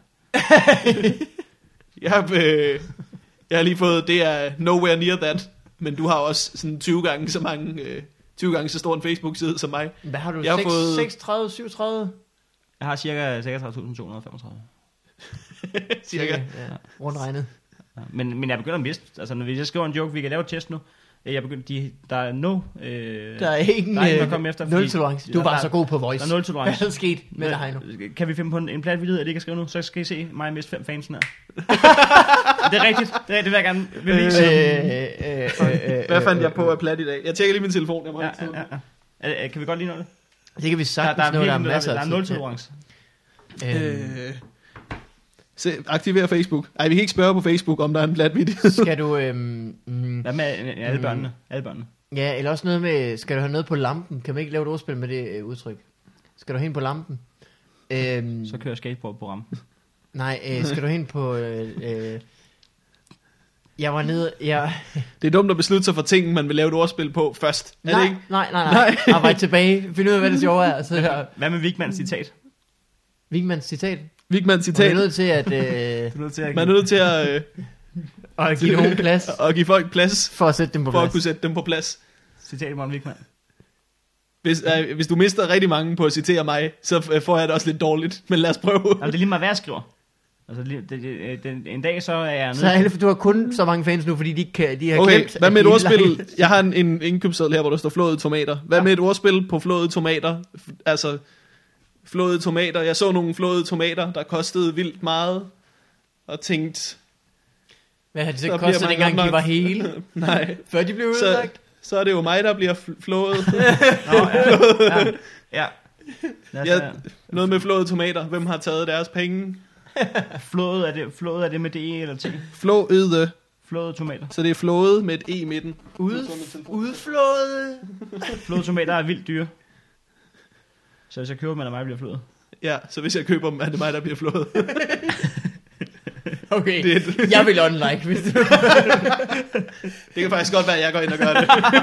Jeg har lige fået, det er nowhere near that. Men du har også sådan 20 gange så mange 20 gange så stor en Facebook-side som mig. Hvad har du? Jeg har 36, 37? Jeg har cirka 36.235. Cirka. Ja, rundt regnet. Ja, men jeg begynder at miste. Altså, når jeg skriver en joke, vi kan lave et test nu. Jeg begynder, der er Der er ingen at komme efter. nul tolerance. Du var så god på voice. Der er nul tolerance. Hvad er der sket med dig, Heino? Kan vi finde på en plat video, at det ikke kan skrive nu? Så skal I se mig miste 5 fans her. Det er rigtigt. Det vil jeg gerne bevise. Hvad fandt jeg på at plat i dag? Jeg tjekker lige min telefon. Jeg må Kan vi godt lige nå det? Det kan vi sagtens nå, der er masser der af er nul tolerance. Aktiver Facebook. Ej, vi kan ikke spørge på Facebook, om der er en plat video. Skal du... Hvad med alle børnene? Alle børnene. Ja, eller også noget med... Skal du have noget på lampen? Kan man ikke lave et ordspil med det udtryk? Skal du hen på lampen? Så kører skateboard på rampen. Nej, skal du hen på... Jeg var nede... Det er dumt at beslutte sig for ting, man vil lave et ordspil på først. Er det ikke? Nej. Arbejde tilbage. Find ud af, hvad det sjove er. Så Hvad med Wigmans citat? Wigmans citat? Wigmans citat. Man er nødt til at... Man er nødt til at... og give nogen plads. Og give folk plads. For at sætte dem på plads. For at kunne sætte dem på plads. Citat i Morten Wigman. Hvis du mister rigtig mange på at citere mig, så får jeg det også lidt dårligt. Men lad os prøve. Jamen, det er lige meget, hvad jeg skriver. Altså, en dag så er jeg nødt. Så alle, du har kun så mange fans nu, fordi de har okay, glemt... hvad med et ordspil? Jeg har en indkøbsseddel her, hvor der står flåede tomater. Hvad med et ordspil på flåede tomater? Altså, flåede tomater. Jeg så nogle flåede tomater, der kostede vildt meget. Og tænkte... Hvad har de så kostet, dengang de var hele? Nej. Før de blev ødelagt? Så er det jo mig, der bliver flået. Nå, ja. Noget med flåede tomater. Hvem har taget deres penge? Flået er det med det eller T? Flåede. Flåede tomater. Så det er flåede med et E i midten. Udflået. Flåede tomater er vildt dyre. Så hvis jeg køber dem, er det mig, der bliver flået. Ja, så hvis jeg køber dem, er det mig, der bliver flået. Okay, jeg vil unlike, hvis du... Det kan faktisk godt være, at jeg går ind og gør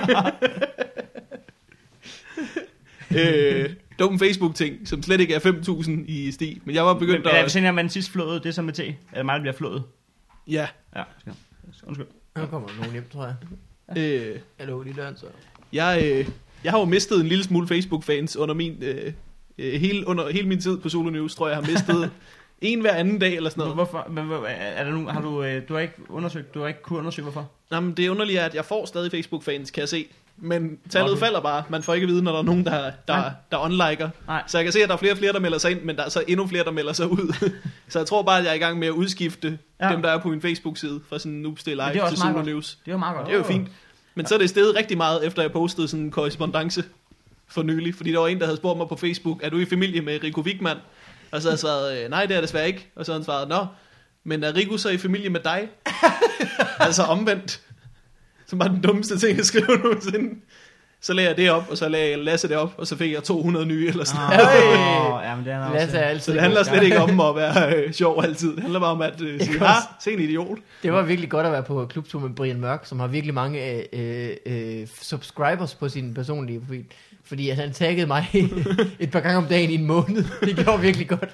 det. Dum Facebook-ting, som slet ikke er 5.000 i sti. Men jeg var begyndt at... Hvis jeg den sidst flået, det er som med T. Er det mig, der bliver flået? Ja. Ja, undskyld. Nu kommer nogen hjem, tror jeg. Jeg lukker lige døren, så... Jeg har jo mistet en lille smule Facebook-fans under min... hele min tid på Solo News, tror jeg, har mistet... En hver anden dag eller sådan noget. Hvorfor? Men, er der nogen, du har ikke undersøgt, du har ikke kunnet undersøge hvorfor? Nej, men det er underligt, at jeg får stadig Facebook-fans, kan jeg se. Men tallet falder bare. Man får ikke at vide, når der er nogen, der unliker. Nej. Så jeg kan se, at der er flere og flere, der melder sig ind, men der er så endnu flere, der melder sig ud. Så jeg tror bare, at jeg er i gang med at udskifte dem, der er på min Facebook-side, fra sådan Noobs Day Live til Solo News. Det er jo meget godt. Det er jo fint. Men så er det steget rigtig meget, efter jeg postede sådan en korrespondance for nylig. Fordi der var en, der havde spurgt mig på Facebook, er du i familie med Rico Wigman? Og så havde jeg svaret, nej, det er jeg desværre ikke. Og så havde han svaret, nå, men er Rico så i familie med dig? Altså omvendt. Som var den dummeste ting, jeg skrev nogensinde. Så lagde jeg det op, og så lagde jeg Lasse det op, og så fik jeg 200 nye eller sådan noget. Ja, men det er Lasse er altid. Så det handler slet ikke om at være sjov altid. Det handler bare om at sige, se en idiot. Det var virkelig godt at være på klubtur med Brian Mørk, som har virkelig mange subscribers på sin personlige profil. Fordi at han taggede mig et par gange om dagen i en måned. Det gjorde virkelig godt.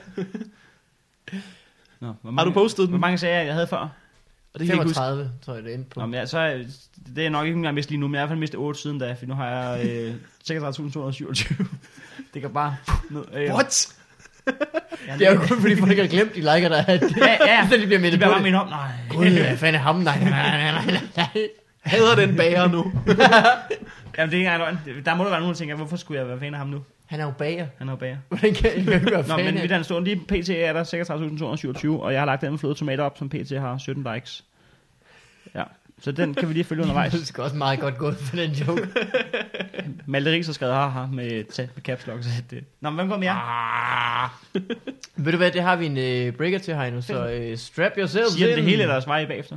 Nå, har du postet den? Hvor mange sager jeg havde før? Og det 35, tror jeg det endte på. Nå, men det er nok ikke engang mistet lige nu, men jeg har i hvert fald mistet 8 siden da, for nu har jeg 36.227. Det kan bare ned. What? Det er jo kun fordi folk har glemt de liker der. Ja. Så de bliver med det. Det bliver bare mindet om. Nej. Gud, hvad fanden er ham? Nej. Hader den bager nu. Jamen det er ikke engang løgn. Der må der være nogen, der tænker, hvorfor skulle jeg være fan af ham nu? Han er jo bager. Hvordan kan jeg ikke være fan af? Nå, men ved den stående lige pt. Er der 36.227, og jeg har lagt den flåede tomater op, som pt. har 17 likes. Ja, så den kan vi lige følge undervejs. Det skal også meget godt gå for den joke. Malte Ries har skrevet haha med caps lock. Nå, men hvem går med jer? Ved du hvad, det har vi en breaker til her nu, så strap yourselves in. Siger det hele, eller svarer I bagefter?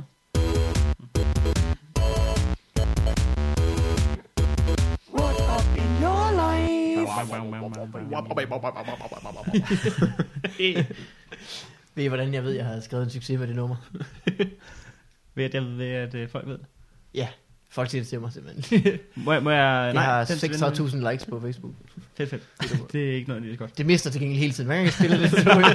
Ved I, hvordan jeg ved, jeg har skrevet en succes med det nummer? Ved at folk ved? Ja, folk siger det til mig simpelthen. må jeg... Jeg har 6.000 likes på Facebook. Fedt. Det er ikke noget, det er godt. Det mister til gengæld hele tiden, hver gang jeg spiller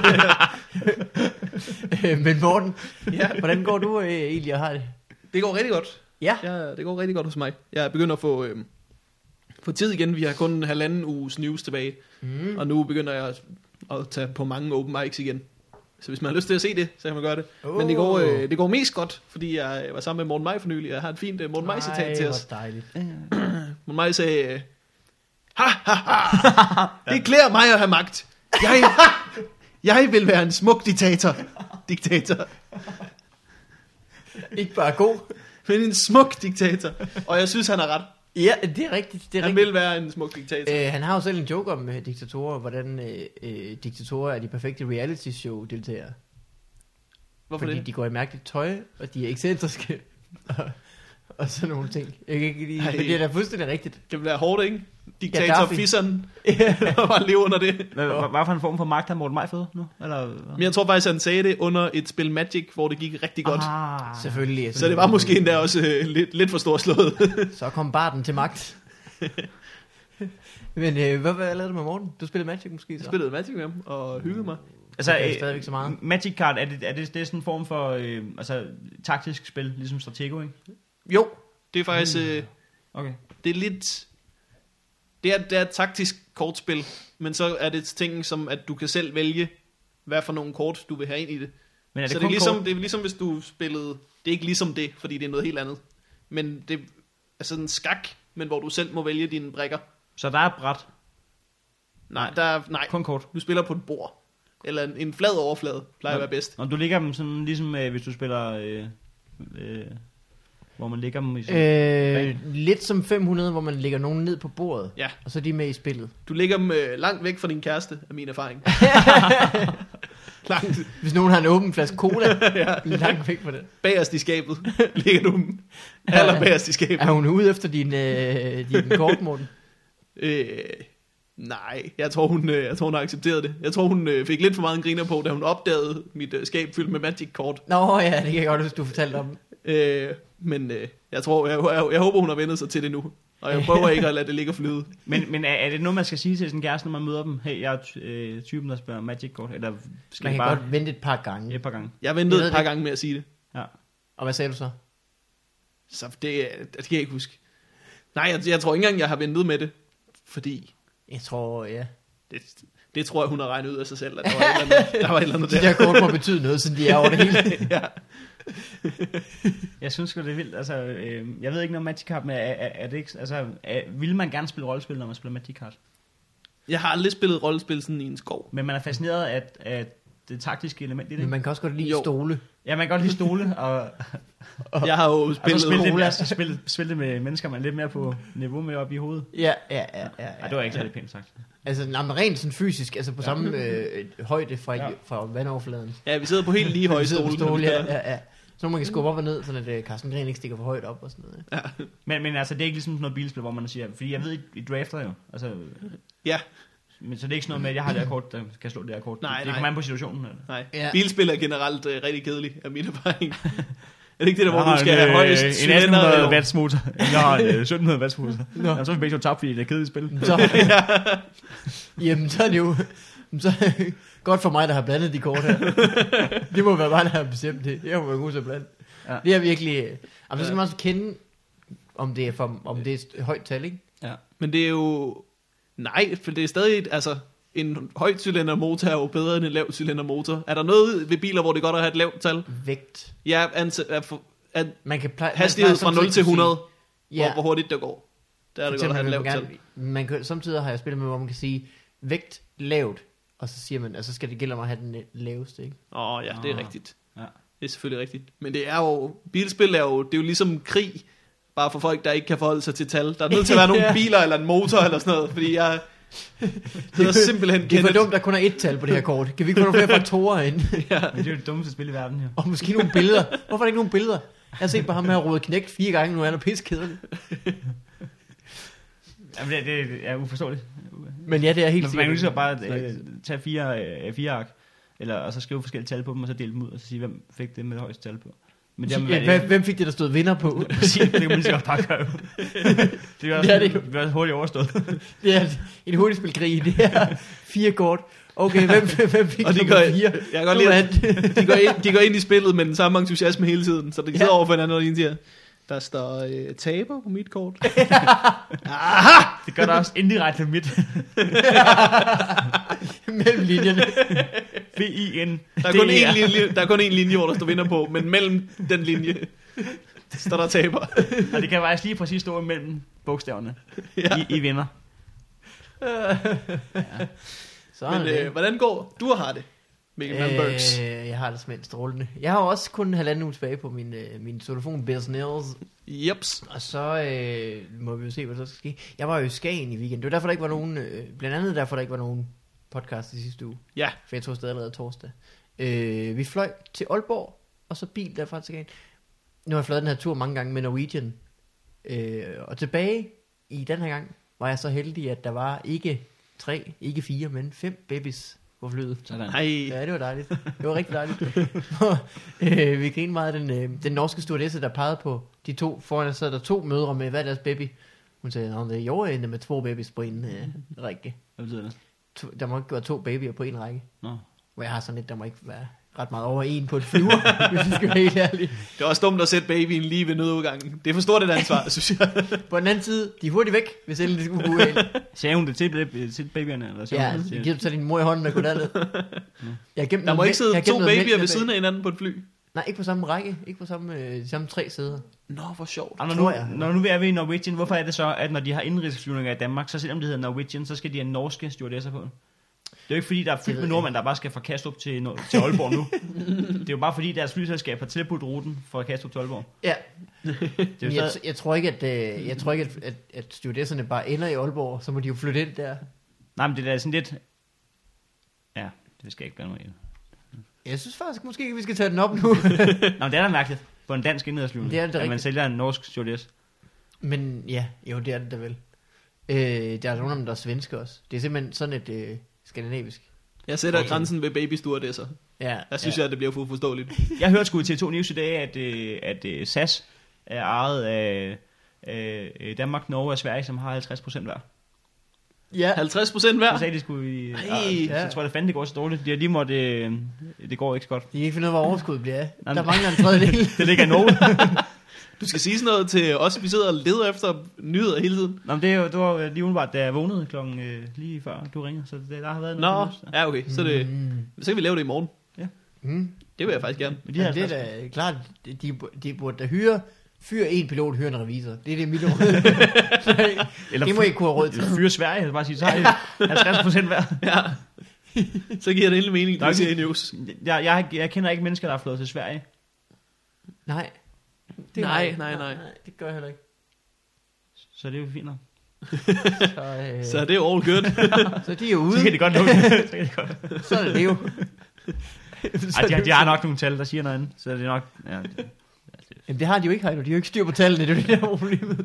det. Men Morten, hvordan går du egentlig og har det? Det går rigtig godt. Ja. Det går rigtig godt hos mig. Jeg er begyndt at få få tid igen. Vi har kun en halvanden uges news tilbage. Og nu begynder jeg at tage på mange open mics igen. Så hvis man har lyst til at se det, så kan man gøre det. Men det går mest godt, fordi jeg var sammen med Morten Maj for nylig. Jeg har et fint Morten Maj-citat til os. Dejligt. Morten Maj sagde, det klæder mig at have magt. Jeg vil være en smuk diktator. Ikke bare god. Men en smuk diktator. Og jeg synes, han har ret. Ja, det er rigtigt. Han vil være en smuk diktator. Han har jo selv en joke om diktatorer, hvordan diktatorer er de perfekte reality show deltagere. Hvorfor Fordi det? de går i mærkeligt tøj, og de er ekscentriske, og sådan nogle ting. Jeg kan ikke lide, men det er da fuldstændig rigtigt. Det vil være hårdt, ikke? Diktator-fisseren. Der bare leve under det. Hvad for en form for magt har Morten Maj fået nu? Eller? Men jeg tror faktisk, han sagde det under et spil Magic, hvor det gik rigtig godt. Selvfølgelig. Så det var måske endda også lidt for storslået. Så kom Barten til magt. Men hvad lavede du med Morten? Du spillede Magic måske? Så? Jeg spillede Magic med ham og hyggede mig. Altså, Det er stadigvæk så meget. Magic Card, er det sådan en form for taktisk spil, ligesom Stratego, ikke? Jo, det er faktisk... Okay. Det er lidt... Det er et taktisk kortspil, men så er det ting som, at du kan selv vælge, hvad for nogle kort, du vil have ind i det. Men er det så det er ligesom, hvis du spillede... Det er ikke ligesom det, fordi det er noget helt andet. Men det er sådan en skak, men hvor du selv må vælge dine brikker. Så der er et bræt? Nej, kun kort. Du spiller på et bord. Eller en flad overflade, plejer at være bedst. Og du lægger dem sådan, ligesom hvis du spiller... hvor man lægger dem i lidt som 500, hvor man lægger nogen ned på bordet. Ja. Og så er de med i spillet. Du lægger dem langt væk fra din kæreste, af min erfaring. Langt. Hvis nogen har en åben flaske cola, langt væk fra det. Bagerst i skabet ligger du dem. Aller bagerst i skabet. Er hun ude efter din kort, Morten? Nej, jeg tror hun har accepteret det. Jeg tror hun fik lidt for meget en griner på, da hun opdagede mit skab fyldt med Magic-kort. Nå ja, det kan jeg godt huske, du fortalte om. Men jeg håber hun har vendt sig til det nu. Og jeg prøver ikke at lade det ligge og flyde. Men er det noget, man skal sige til sin kæreste, når man møder dem? Hey, jeg er typen, der spiller Magic-kort. Eller skal man kan bare godt vente et par gange. Et par gange. Jeg ventede et par gange med at sige det. Ja. Og hvad sagde du så? Så det kan jeg ikke huske. Nej, jeg tror ikke engang, jeg har ventet med det. Fordi... Jeg tror, ja. Det tror jeg, hun har regnet ud af sig selv, at der var et eller andet der. De der kort må betyde noget, så de er over det hele. Ja. Jeg synes det er vildt. Altså, jeg ved ikke noget Magic Card, men er det ikke... Altså, vil man gerne spille rollespil, når man spiller Magic Card? Jeg har aldrig spillet rollespil sådan i en skov. Men man er fascineret af det taktiske element i det. Men man kan også godt lide stole. Ja, man kan godt lide stole, og jeg har jo spillet med mennesker, man er lidt mere på niveau med op i hovedet. Ja. Ej, det var ikke særlig pænt sagt. Altså, rent sådan fysisk, altså på samme højde fra vandoverfladen. Ja, vi sidder på helt lige høje stole. Ja. Så man kan skubbe op og ned, sådan at Carsten Gren ikke stikker for højt op og sådan noget. Ja. Men altså, det er ikke ligesom sådan noget bilspil, hvor man siger, fordi jeg ved, I drafter jo. Altså, ja. Men så det er ikke sådan noget med, at jeg har det her kort, der kan slå det her kort. Det kommer an på situationen. Eller? Nej, ja. Bilspil er generelt rigtig kedeligt, af min erfaring. Er det ikke det der, hvor du skal have højst en 1800 watts motor. Jeg har en 1700 watts motor. Jamen, så er vi begge to tabt, fordi det er kedeligt spil. Jamen, så er det jo så godt for mig, der har blandet de kort her. Det må være bare, der har bestemt det. Jeg må være god til at blande. Ja. Det er virkelig... Jamen, så skal man også kende, om det er et højt tal, ikke? Ja. Men det er jo... Nej, for det er stadig... Altså, en højtcylindermotor er jo bedre end en lavcylindermotor. Er der noget ved biler, hvor det er godt at have et lavt tal? Vægt. Ja, man kan hastighed fra 0 til 100, hvor hurtigt det går. Der er det godt at have et lavt tal. Man kan, samtidig har jeg spillet med, hvor man kan sige, vægt lavt, og så siger man, altså skal det gælde om at have den laveste, ikke? Ja, det er rigtigt. Ja. Det er selvfølgelig rigtigt. Men det er jo, bilspil er jo ligesom krig, bare for folk, der ikke kan forholde sig til tal. Der er nødt til at være nogle biler, eller en motor, eller sådan noget, fordi jeg... Det er simpelthen det er for dumt, der kun er et tal på det her kort. Kan vi ikke få nogle flere faktorer ind? Ja. Men det er jo det dummeste spil i verden her. Og måske nogle billeder. Hvorfor er der ikke nogle billeder? Jeg har set på ham her rode knægt 4 gange, nu er han piskedeligt. Jamen, det er uforståeligt. Men ja, det er helt sikkert. Man kan jo bare tage 4 ark, og så skrive forskellige tal på dem, og så dele dem ud, og så sige, hvem fik det med det højeste tal på. Men hvem fik det, der stod vinder på? Det kan man lige så godt bare gøre. Det er også hurtigt overstået. Det er en hurtigspilkrig. Det er 4 kort. Okay, hvem fik og de går, 4? Jeg kan godt lide, de går ind i spillet med den samme entusiasme hele tiden, så de sidder over for hinanden, og de siger, Der står taber på mit kort. Det gør der også indirekte mit. Mellem linjerne. V-I-N. Der er kun én linje, hvor der står vinder på, men mellem den linje står der taber. Og det kan faktisk lige præcis stå mellem bogstaverne. Ja. I vinder. Men hvordan går du har det, Mikkel Malmbergs? Jeg har det simpelthen strålende. Jeg har også kun 1,5 uge tilbage på min telefon business. Jeps. Og så må vi jo se, hvad der skal ske. Jeg var jo i Skagen i weekenden. Det var derfor, der ikke var nogen, blandt andet derfor, der ikke var nogen podcast i sidste uge. Ja. For jeg tog afsted allerede torsdag. Vi fløj til Aalborg, og så bil derfra til Skagen. Nu har jeg fløjet den her tur mange gange med Norwegian. Og tilbage i den her gang, var jeg så heldig, at der var ikke 3, ikke 4, men 5 babies på flyet. Sådan. Hej. Ja, det var dejligt. Det var rigtig dejligt. Vi grinede meget af den norske stewardesse, der pegede på de to. Foran sad der 2 mødre med hver deres baby. Hun sagde, at det er jordende med 2 babies på en række. Hvad betyder det? Der må ikke være 2 babyer på en række. Nå. Hvor jeg har sådan lidt, der må ikke være ret meget over en på et flyver, hvis vi skal være helt ærlige. Det er også dumt at sætte babyen lige ved nødudgangen. Det er for stort et ansvar, synes jeg. På den anden side, de er hurtigt væk, hvis endelig det skulle gå ind. Sagde hun det til babyerne? Eller Ja, giv dem så din mor i hånden og gå derned. Der må ikke sidde 2 babyer ved siden af hinanden på et fly. Nej, ikke på samme række. Ikke på de samme 3 sæder. Nå, hvor sjovt. Og når nu er vi i Norwegian, hvorfor er det så, at når de har indrigsflyvninger i Danmark, så selvom det hedder Norwegian, så skal de have norske stewardesser på? Det er jo ikke fordi, der er fyldt med nordmænd, der bare skal fra Kastrup til Aalborg nu. Det er jo bare fordi, deres flyselskab har tilbudt ruten fra Kastrup til Aalborg. Ja. Det er jeg tror ikke, at stewardesserne bare ender i Aalborg, så må de jo flytte ind der. Nej, men det er sådan lidt... Ja, det skal jeg ikke gøre noget i. Jeg synes faktisk måske ikke, vi skal tage den op nu. Nå, men det er da mærkeligt på en dansk indrigsflyvning, det er det at man rigtigt. sælger en norsk stewardess. Men ja, jo, det er det da vel. Der er nogle af dem, der er svenske også. Det er simpelthen sådan et skandinavisk. Jeg sætter grænsen ved babystewardesser. Ja, Jeg synes, at det bliver for forståeligt. Jeg hørte sgu i TV2 News i dag, at SAS er ejet af Danmark, Norge og Sverige, som har 50% hver. Ja. 50% hver. Så sagde de skulle i... Ej. Så tror jeg, det det går så dårligt. De har lige måtte... Det går ikke så godt. De kan ikke finde ud af, hvor overskuddet bliver af. Nej, Der mangler en tredjedel. Det ligger i Norge. Du skal sige sådan noget til os, vi sidder og leder efter nyheder hele tiden. Nå, men det var lige umiddelbart, da jeg vågnede klokken lige før du ringer. Så der har været noget. Nå, ja okay, så kan vi lave det i morgen. Mm. Det vil jeg faktisk gerne. Men de Ja, det er da klart, de burde da fyre en pilot, hyre en revisor. Det er det mit råd. Eller Det må I ikke kunne have råd til. fyre Sverige, jeg bare sige, så har I 50% hver. Ja. Så giver det endelig mening, det siger i news. Jeg kender ikke mennesker, der har flået til Sverige. Nej. Nej. Det gør jeg heller ikke. Så det er jo fint nok. Så det er all good. Så de er jo ude. Så kan de godt lukke. Så kan de godt. Så er det jo. Ej, de har nok nogle tal, der siger noget andet. Så det er nok... Ja, Jamen det har de jo ikke, Heino. De har jo ikke styr på tallene. Det er jo det der problemet.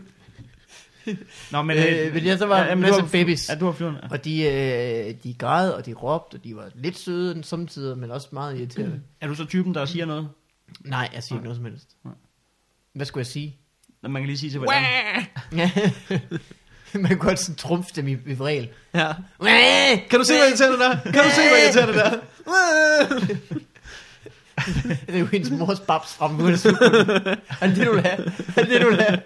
Nå, men... Men ja, så var en masse babies. Ja, du har flyvende. Ja. Og de græd, og de råbte, og de var lidt søde samtidig, men også meget irriterende. Er du så typen, der siger noget? Nej, jeg siger ikke noget som helst. Nej. Hvad skulle jeg sige? Man kan lige sige til, hvordan... Ja. Man kan godt sådan trumfe dem i vrel. Ja. Kan du se, hvad irriterende der? Kan du se, hvad irriterende der? Det er jo hendes mors babs frem. Er det det, du vil have? Er det det, du vil have?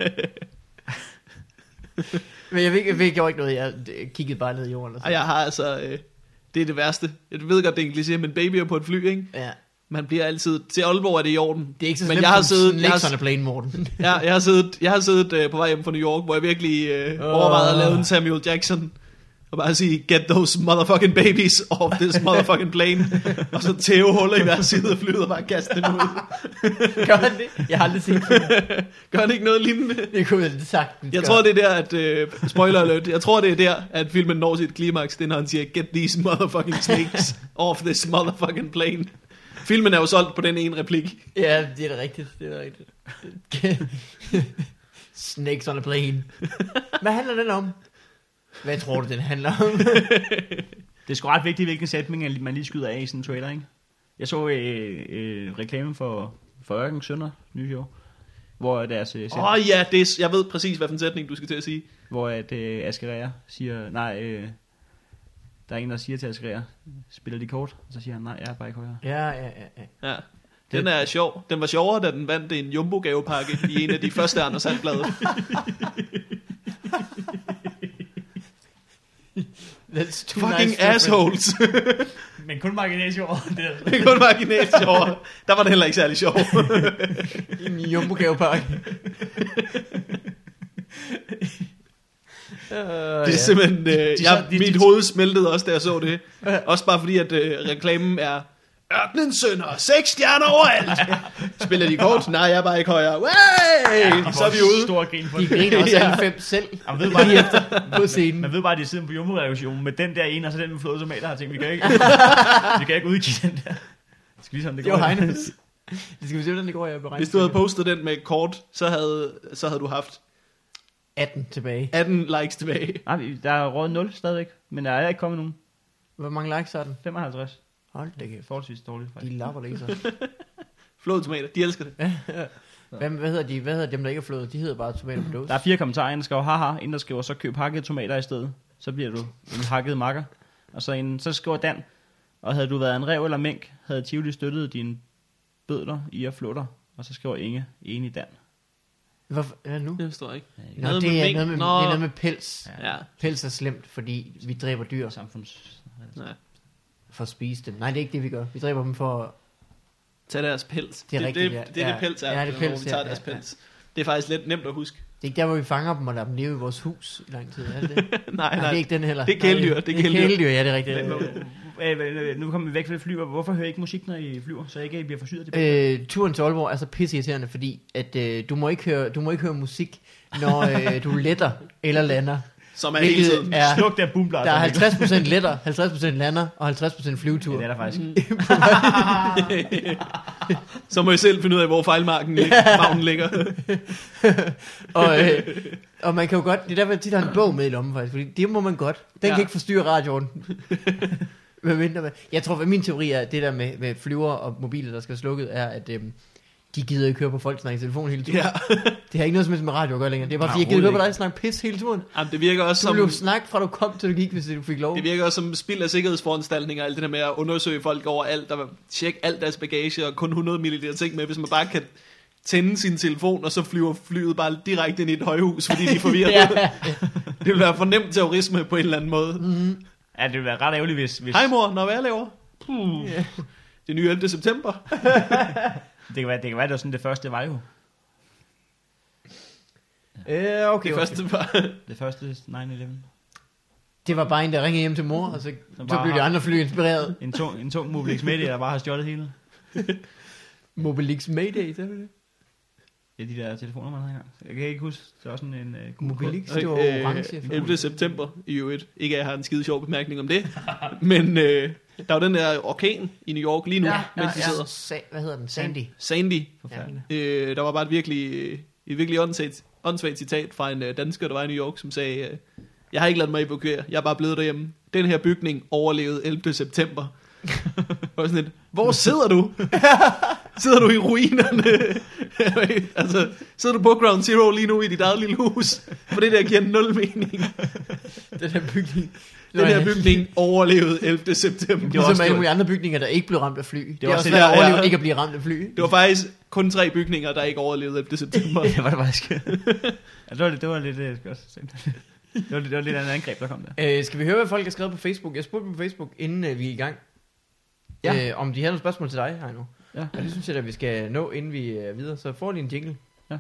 Men jeg gjorde ikke noget. Jeg kiggede bare ned i jorden. Og Og jeg har altså... det er det værste. Jeg ved godt, det er egentlig men babyer på et fly, ikke? Ja. Man bliver altid... Til Aalborg er det i orden. Det er ikke så Men slemt jeg har som siddet- Snakes on a Plane, Morten. Ja, jeg har siddet på vej hjem fra New York, hvor jeg virkelig overvejede at lave en Samuel Jackson. Og bare sige, get those motherfucking babies off this motherfucking plane. Og så tæve huller i hver side af flyet og bare kaste dem ud. Gør han det? Jeg har aldrig set det. Gør han ikke noget lignende? Det kunne jeg sagtens Jeg gøre. tror, det er der, at... spoiler alert. Jeg tror, det er der, at filmen når sit klimaks. Det er, når han siger, get these motherfucking snakes off this motherfucking plane. Filmen er jo solgt på den ene replik. Ja, det er da rigtigt. Det er da rigtigt. Snakes on a Plane. Hvad handler den om? Hvad tror du, den handler om? Det er sgu ret vigtigt, hvilken sætning man lige skyder af i sådan en trailer, ikke? Jeg så reklamen for Ørken Sønder, nye show, hvor deres Ja, jeg ved præcis, hvad for en sætning du skal til at sige. hvor at Asger siger, nej, der er en, der siger til Asger, spiller de kort? Og så siger han, nej, jeg er bare ikke højere. Ja. Ja. Den er sjov. Den var sjovere, da den vandt en Jumbo-gavepakke i en af de første Anders Sandblade. Fucking nice assholes. Men kun marginalt sjovere. Det kun marginalt sjovere. Der var det heller ikke særlig sjov. En Jumbo-gavepakke. Det er simpelthen... mit hoved smeltede også, da jeg så det. Også bare fordi, at reklamen er... Ørkenens sønner, 6 stjerner overalt. Spiller de kort? Nej, jeg er bare ikke højere. Ja, så er vi ude. Stor grin på de griner også alle 5 selv. Man ved bare, efter på scenen. Man ved bare, at de sidder på Jumbo-revisionen med den der ene, og så den med flåede tomater har tænkt, vi kan ikke udgive den der. Det skal ligesom, det går. Det var Heines. Det skal vi se, hvordan det går, jeg beregner. Hvis du havde postet den med kort, så havde du haft 18 tilbage. 18 likes tilbage. Nej, der er råd 0 stadigvæk, men der er ikke kommet nogen. Hvor mange likes har den? 55. Hold da kæft. Forholdsvis dårligt, faktisk. De lapper det ikke så. Flåede tomater, de elsker det. Hvad hedder de? Hvad hedder dem, der ikke er flået? De hedder bare tomater på dåse. Der er 4 kommentarer, en der skriver haha, en der skriver så køb hakkede tomater i stedet. Så bliver du en hakket makker. Og så skriver Dan, og havde du været en ræv eller mink, havde Tivoli støttet dine bødler i at flå dig. Og så skriver Inge, enig Dan. Hvorfor? Ja, nu? Det forstår jeg ikke. Nå, det er noget med pels. Ja. Pels er slemt, fordi vi dræber dyr. Samfunds... Ja. For at spise dem. Nej, det er ikke det, vi gør. Vi dræber dem for... Tag deres pels. Det er rigtigt, ja. Det er det pels er, ja, det er pels, vi tager deres pels. Det er faktisk lidt nemt at huske. Det er ikke der, hvor vi fanger dem og lader dem leve i vores hus i lang tid. Er det det? nej, det er ikke den heller. Det er kæledyr. Det er kæledyr, ja, det er rigtigt. Nu kommer vi væk fra det flyver. Hvorfor hører I ikke musik, når I flyver? Så I ikke bliver forsyret? Turen til Aalborg er så pisseirriterende, fordi at, du må ikke høre musik, når du letter eller lander. Som er hele tiden. Sluk der boomblader. Der er 50% letter, 50% lander og 50% flyvetur. Ja, det er der faktisk. Så må I selv finde ud af, hvor fejlmarken ligger. Og man kan jo godt, det er derfor, jeg tit har en bog med i lommen faktisk, fordi det må man godt. Den kan ikke forstyrre radioen. Jeg tror, hvad min teori er, det der med flyver og mobiler, der skal være slukket, er, at de gider ikke høre på folk snakke i telefon hele turen. Ja. Det har ikke noget som helst med radio at gøre længere. Det er bare fordi, jeg gider høre på dig snakke pis hele turen. Jamen, det virker også du ville jo snakke fra du kom til du gik, hvis du fik lov. Det virker også som spild af sikkerhedsforanstaltninger, alt det der med at undersøge folk over alt, og tjekke alt deres bagage, og kun 100 ml ting med, hvis man bare kan tænde sin telefon, og så flyver flyet bare direkte ind i et højhus, fordi de er forvirret. Ja. Det vil være fornemt terrorisme på en eller anden måde. Mm-hmm. Ja, det vil være ret ærgerligt, hvis... Hej mor, når hvad laver? Yeah. Det nye 11. september. Det kan være, det var sådan det første var jo. Okay. Det første 9/11. Det var bare en, der ringede hjem til mor, og så blev de andre fly inspireret. En tung Mobilix Mayday, der bare har stjålet hele. Mobilix Mayday, så er det? Ja, de der telefoner, man har engang. Jeg kan ikke huske, det var sådan en... Mobilix, det var orange. 11. september i øvrigt. Ikke at jeg har en skide sjov bemærkning om det. Men der var den der orkan i New York lige nu, mens de sidder. Hvad hedder den? Sandy. Der var bare et virkelig åndssvagt citat fra en dansker, der var i New York, som sagde, jeg har ikke ladet mig evakuere, jeg er bare blevet derhjemme. Den her bygning overlevede 11. september. Og sådan et, hvor sidder du? Sidder du i ruinerne? Altså, sidder du på Ground Zero lige nu i dit eget lille hus? For det der giver 0 mening. Den her bygning overlevede 11. september. Det var som alle mulige andre bygninger, der ikke blev ramt af fly. Det var også svært at overleve ikke at blive ramt af fly. Det var faktisk kun 3 bygninger, der ikke overlevede 11. september. Det var det faktisk. Det var lidt... Det var lidt andet angreb, der kom der. Skal vi høre, hvad folk har skrevet på Facebook? Jeg spurgte på Facebook, inden vi er i gang. Ja. Om de havde nogle spørgsmål til dig, Heino. Ja. Og det synes jeg, at vi skal nå, inden vi er videre. Så får lige en jingle. Ja.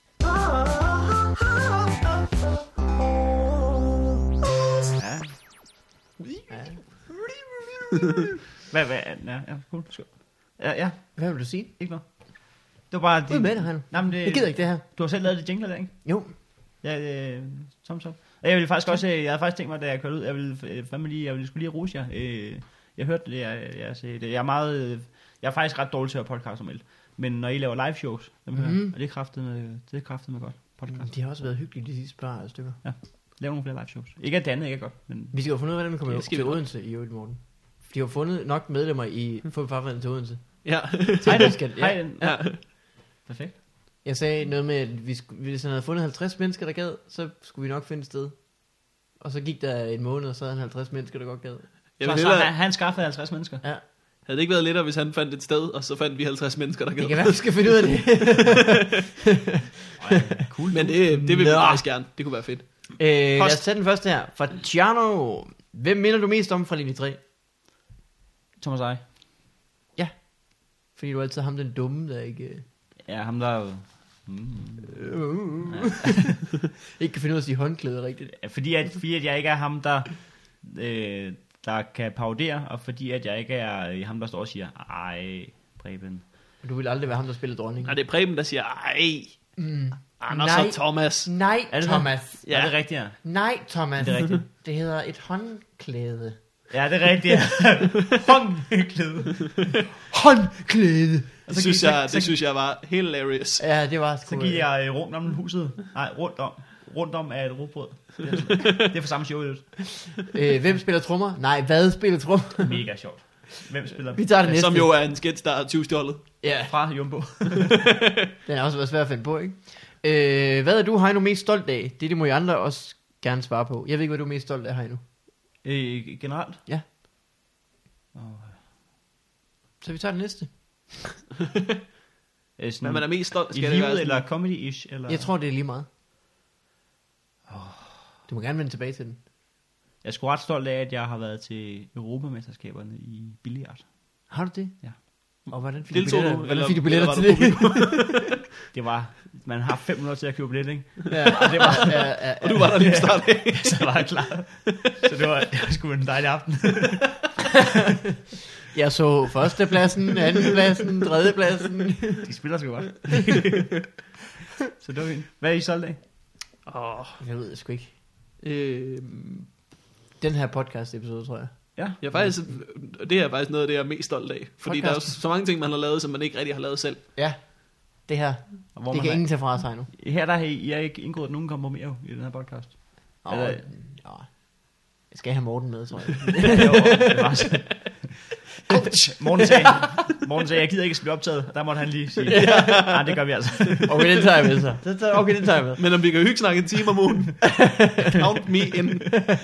Hvad? Ja, cool. Ja. Hvad vil du sige? Ikke noget. Det var bare... Ud med det, Heino. Jeg gider ikke det her. Du har selv lavet det jingle der, ikke? Jo. Ja, som. Og jeg ville faktisk også... Jeg havde faktisk tænkt mig, da jeg kørte ud, jeg ville skulle lige rose jer. Jeg hørte det, jeg er meget... Jeg er faktisk ret dårlig til at høre podcast om alt. Men når I laver live shows, dem hører jeg, og det er kraftet med godt podcast. De har også været hyggelige de sidste par stykker. Ja, lav nogle flere live shows. Ikke at det andet ikke er godt, men... Vi skal jo finde ud af, hvordan vi kommer til Odense i øvrigt morgen. De har fundet nok medlemmer i Farvandet til Odense. Ja. Hej. Ja. Perfekt. Jeg sagde noget med, at hvis han havde fundet 50 mennesker, der gad, så skulle vi nok finde et sted. Og så gik der en måned, og så havde han 50 mennesker, der godt gad. Han skaffede 50 mennesker. Ja. Havde det ikke været lettere, hvis han fandt et sted, og så fandt vi 50 mennesker, der Det gad? kan være, vi skal finde ud af det. Cool. Men det vil vi faktisk gerne. Det kunne være fedt. Lad os tage den første her. Fra Tjerno. Hvem minder du mest om fra linje 3? Thomas Eje. Ja. Fordi du er altid ham den dumme, der ikke... Ja, ham der jo... ikke kan finde ud af at sige håndklæde rigtigt. Fordi at jeg ikke er ham, der kan parodere, og fordi at jeg ikke er ham, der står og siger, ej, Preben. Du vil aldrig være ham, der spiller dronning. Nej, det er Preben, der siger, ej, Anders Nej. og Thomas. Nej, Er det Thomas. Ja, det er rigtigt, ja. Nej, Thomas. Det er rigtigt. Det hedder et håndklæde. Ja, det er rigtigt, ja. Håndklæde. Håndklæde. Det synes jeg var helt hilarious. Ja, det var Så sgu... giver jeg rundt om huset. Nej, rundt om er et rugbrød. Det er for samme show, hvem spiller trommer? Nej, hvad spiller trommer? Mega sjovt. Hvem spiller Vi tager det næste. Som jo er en sketch, der er 20-stjålet. Ja, fra Jumbo? den er også været svær at finde på, ikke? Hvad er du, Heino, mest stolt af? Det må I andre også gerne svare på. Jeg ved ikke, hvad du er mest stolt af, Heino. Generelt? Ja. Så vi tager det næste. Men man er mest stolt, I skal det være livet, sådan. eller comedy-ish? Eller? Jeg tror, det er lige meget. Du må gerne vende tilbage til den. Jeg er sgu ret stolt af, at jeg har været til Europamesterskaberne i billiard. Har du det? Ja. Og hvordan fik Deltog du du, billetter, eller- hvordan fik du eller billetter var til du det? Det var, man har 5 minutter til at købe billet, ikke? Ja, og det var... Og du var der lige i start af. Så var jeg klar. Så det var sgu en dejlig aften. Jeg så førstepladsen, andenpladsen, tredjepladsen. De spiller sgu godt. Så det var fint. Hvad er I solgt af? Jeg ved det sgu ikke. Den her podcast episode, tror jeg. Ja. Ja, faktisk, det er faktisk noget af det, jeg er mest stolt af. Fordi der er jo så mange ting, man har lavet, som man ikke rigtig har lavet selv. Ja, det her. Og hvor Det kan ingen tage fra os, Heino. Her der har I har ikke indgået nogen kompromiser i den her podcast. Og, Eller- ja. Jeg skal have Morten med, tror jeg. Jo, det var så. Morten sagde, jeg gider ikke blive optaget. Der måtte han lige sige, nej, det gør vi altså. Okay, den tager jeg med så. Okay, den tager jeg med. Men om vi kan hygge snakke en time om ugen. Count me in.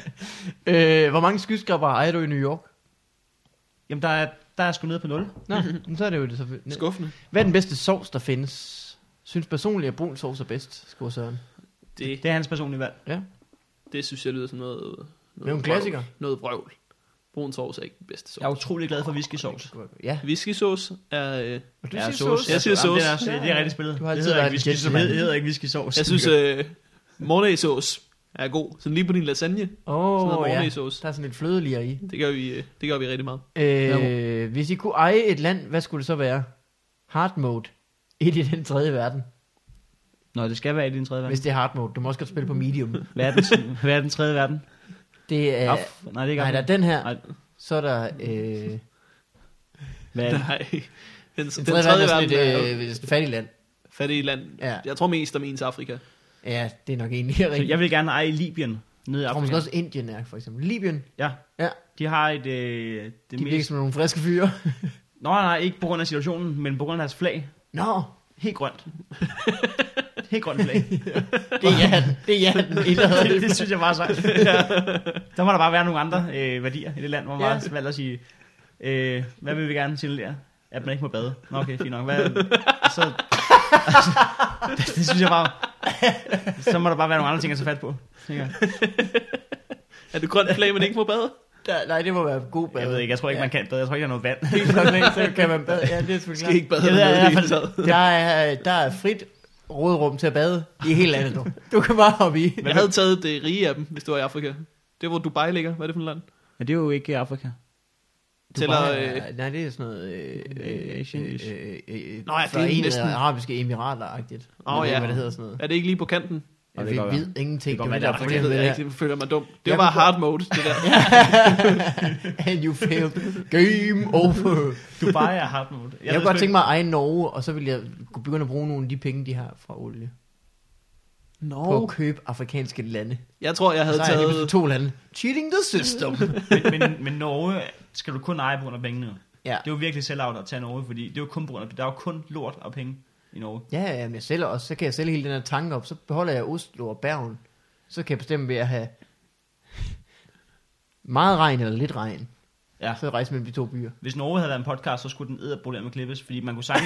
Hvor mange skyskrabere ejer du i New York? Jamen, der er sgu nede på 0. Nå, men så er det jo det så. Skuffende. Hvad er den bedste sovs, der findes? Synes personligt, at brun sovs er bedst, skriver Søren. Det er hans personlige valg. Ja. Det synes jeg lyder som noget Det er jo en klassiker. vrøvl. Noget vrøvl. Brun sovs er ikke den bedste Jeg er sovs. utrolig glad for whiskysauce. Ja. Whiskysauce er... Og du Ja, siger sauce. Jeg siger sauce. Det er rigtig spillet. Du har Det altid hedder været ikke en whisky, gentleman. det hedder ikke whiskysauce. Jeg synes, mornay-sauce er god. Sådan lige på din lasagne. Sådan noget ja. mornay-sauce. Der er sådan lidt flødeliger i. Det gør vi rigtig meget. Hvis I kunne eje et land, hvad skulle det så være? Hard mode. Et i den tredje verden. Nå, det skal være i din tredje verden. Hvis det er hard mode. Du må også godt spille på medium. Hvad er den tredje verden? Det er... Nej, det er ikke Nej, der er Afrika. den her. Nej. Så er der... Hvad er det? Nej. Den Den tredje verden er sådan et fattigt land. fattige land. Ja. Jeg tror mest om ens Afrika. Ja, det er nok egentlig Så rigtigt. jeg vil gerne eje Libyen. Nede i Jeg tror Afrika. måske også Indien er, for eksempel. Libyen. Ja, Ja, de har et... det de virker mest... som nogle friske fyre. Nej, ikke på grund af situationen, men på grund af deres flag. Nå, Helt grønt. Helt grønt flag. det er jatten. Det er jatten. det synes jeg bare er sejt. Der må der bare være nogle andre værdier i det land, hvor man bare valgte at sige, hvad vil vi gerne signalere? At man ikke må bade. Nå, okay, fint nok. Så, det synes jeg bare, så må der bare være nogle andre ting at tage fat på. Tænker jeg. Er det grønt flag, men ikke må bade? Nej, det må være god bad. Jeg ved ikke, jeg tror ikke, man kan bade. Jeg tror ikke, der er noget vand. Helt godt med, så kan man bade. Ja, det er selvfølgelig Skal ikke bade Jeg med ved, noget i jeg det hele taget. Der er frit rådrum til at bade i hele landet nu. Du kan bare hoppe i. Jeg havde taget det rige af dem, hvis du var i Afrika. Det hvor Dubai ligger. Hvad er det for et land? Men det er jo ikke Afrika. Nej, det er sådan noget... Asian. Nå ja, det er en næsten- arabiske emirater-agtigt. Åh, Jeg ved ja. ikke, hvad det hedder sådan noget. Er det ikke lige på kanten? Jeg det kan godt ved ingenting. Det kan Det godt var være, det, det der er er problemet Det ved jeg med ikke, det føler mig dum. Det Jeg var bare kunne- hard mode, det der. And you failed. Game over. Dubai er hard mode. Jeg kunne godt tænke mig at eje Norge, og så ville jeg kunne begynde at bruge nogle af de penge, de har fra olie. På at købe afrikanske lande. Jeg tror, jeg havde Så er det taget... 2 lande. Cheating the system. men Norge skal du kun eje på grund af pengene. Ja. Det er jo virkelig sell-out at tage Norge, fordi det er jo kun på grund af, der er jo kun lort og penge i Norge. Ja, men jeg sælger også. Så kan jeg sælge hele den her tanke op. Så beholder jeg Oslo og Bergen. Så kan jeg bestemme ved at have meget regn eller lidt regn. Ja. Så rejse mellem de 2 byer. Hvis Norge havde været en podcast, så skulle den edderbrugere med klippes, fordi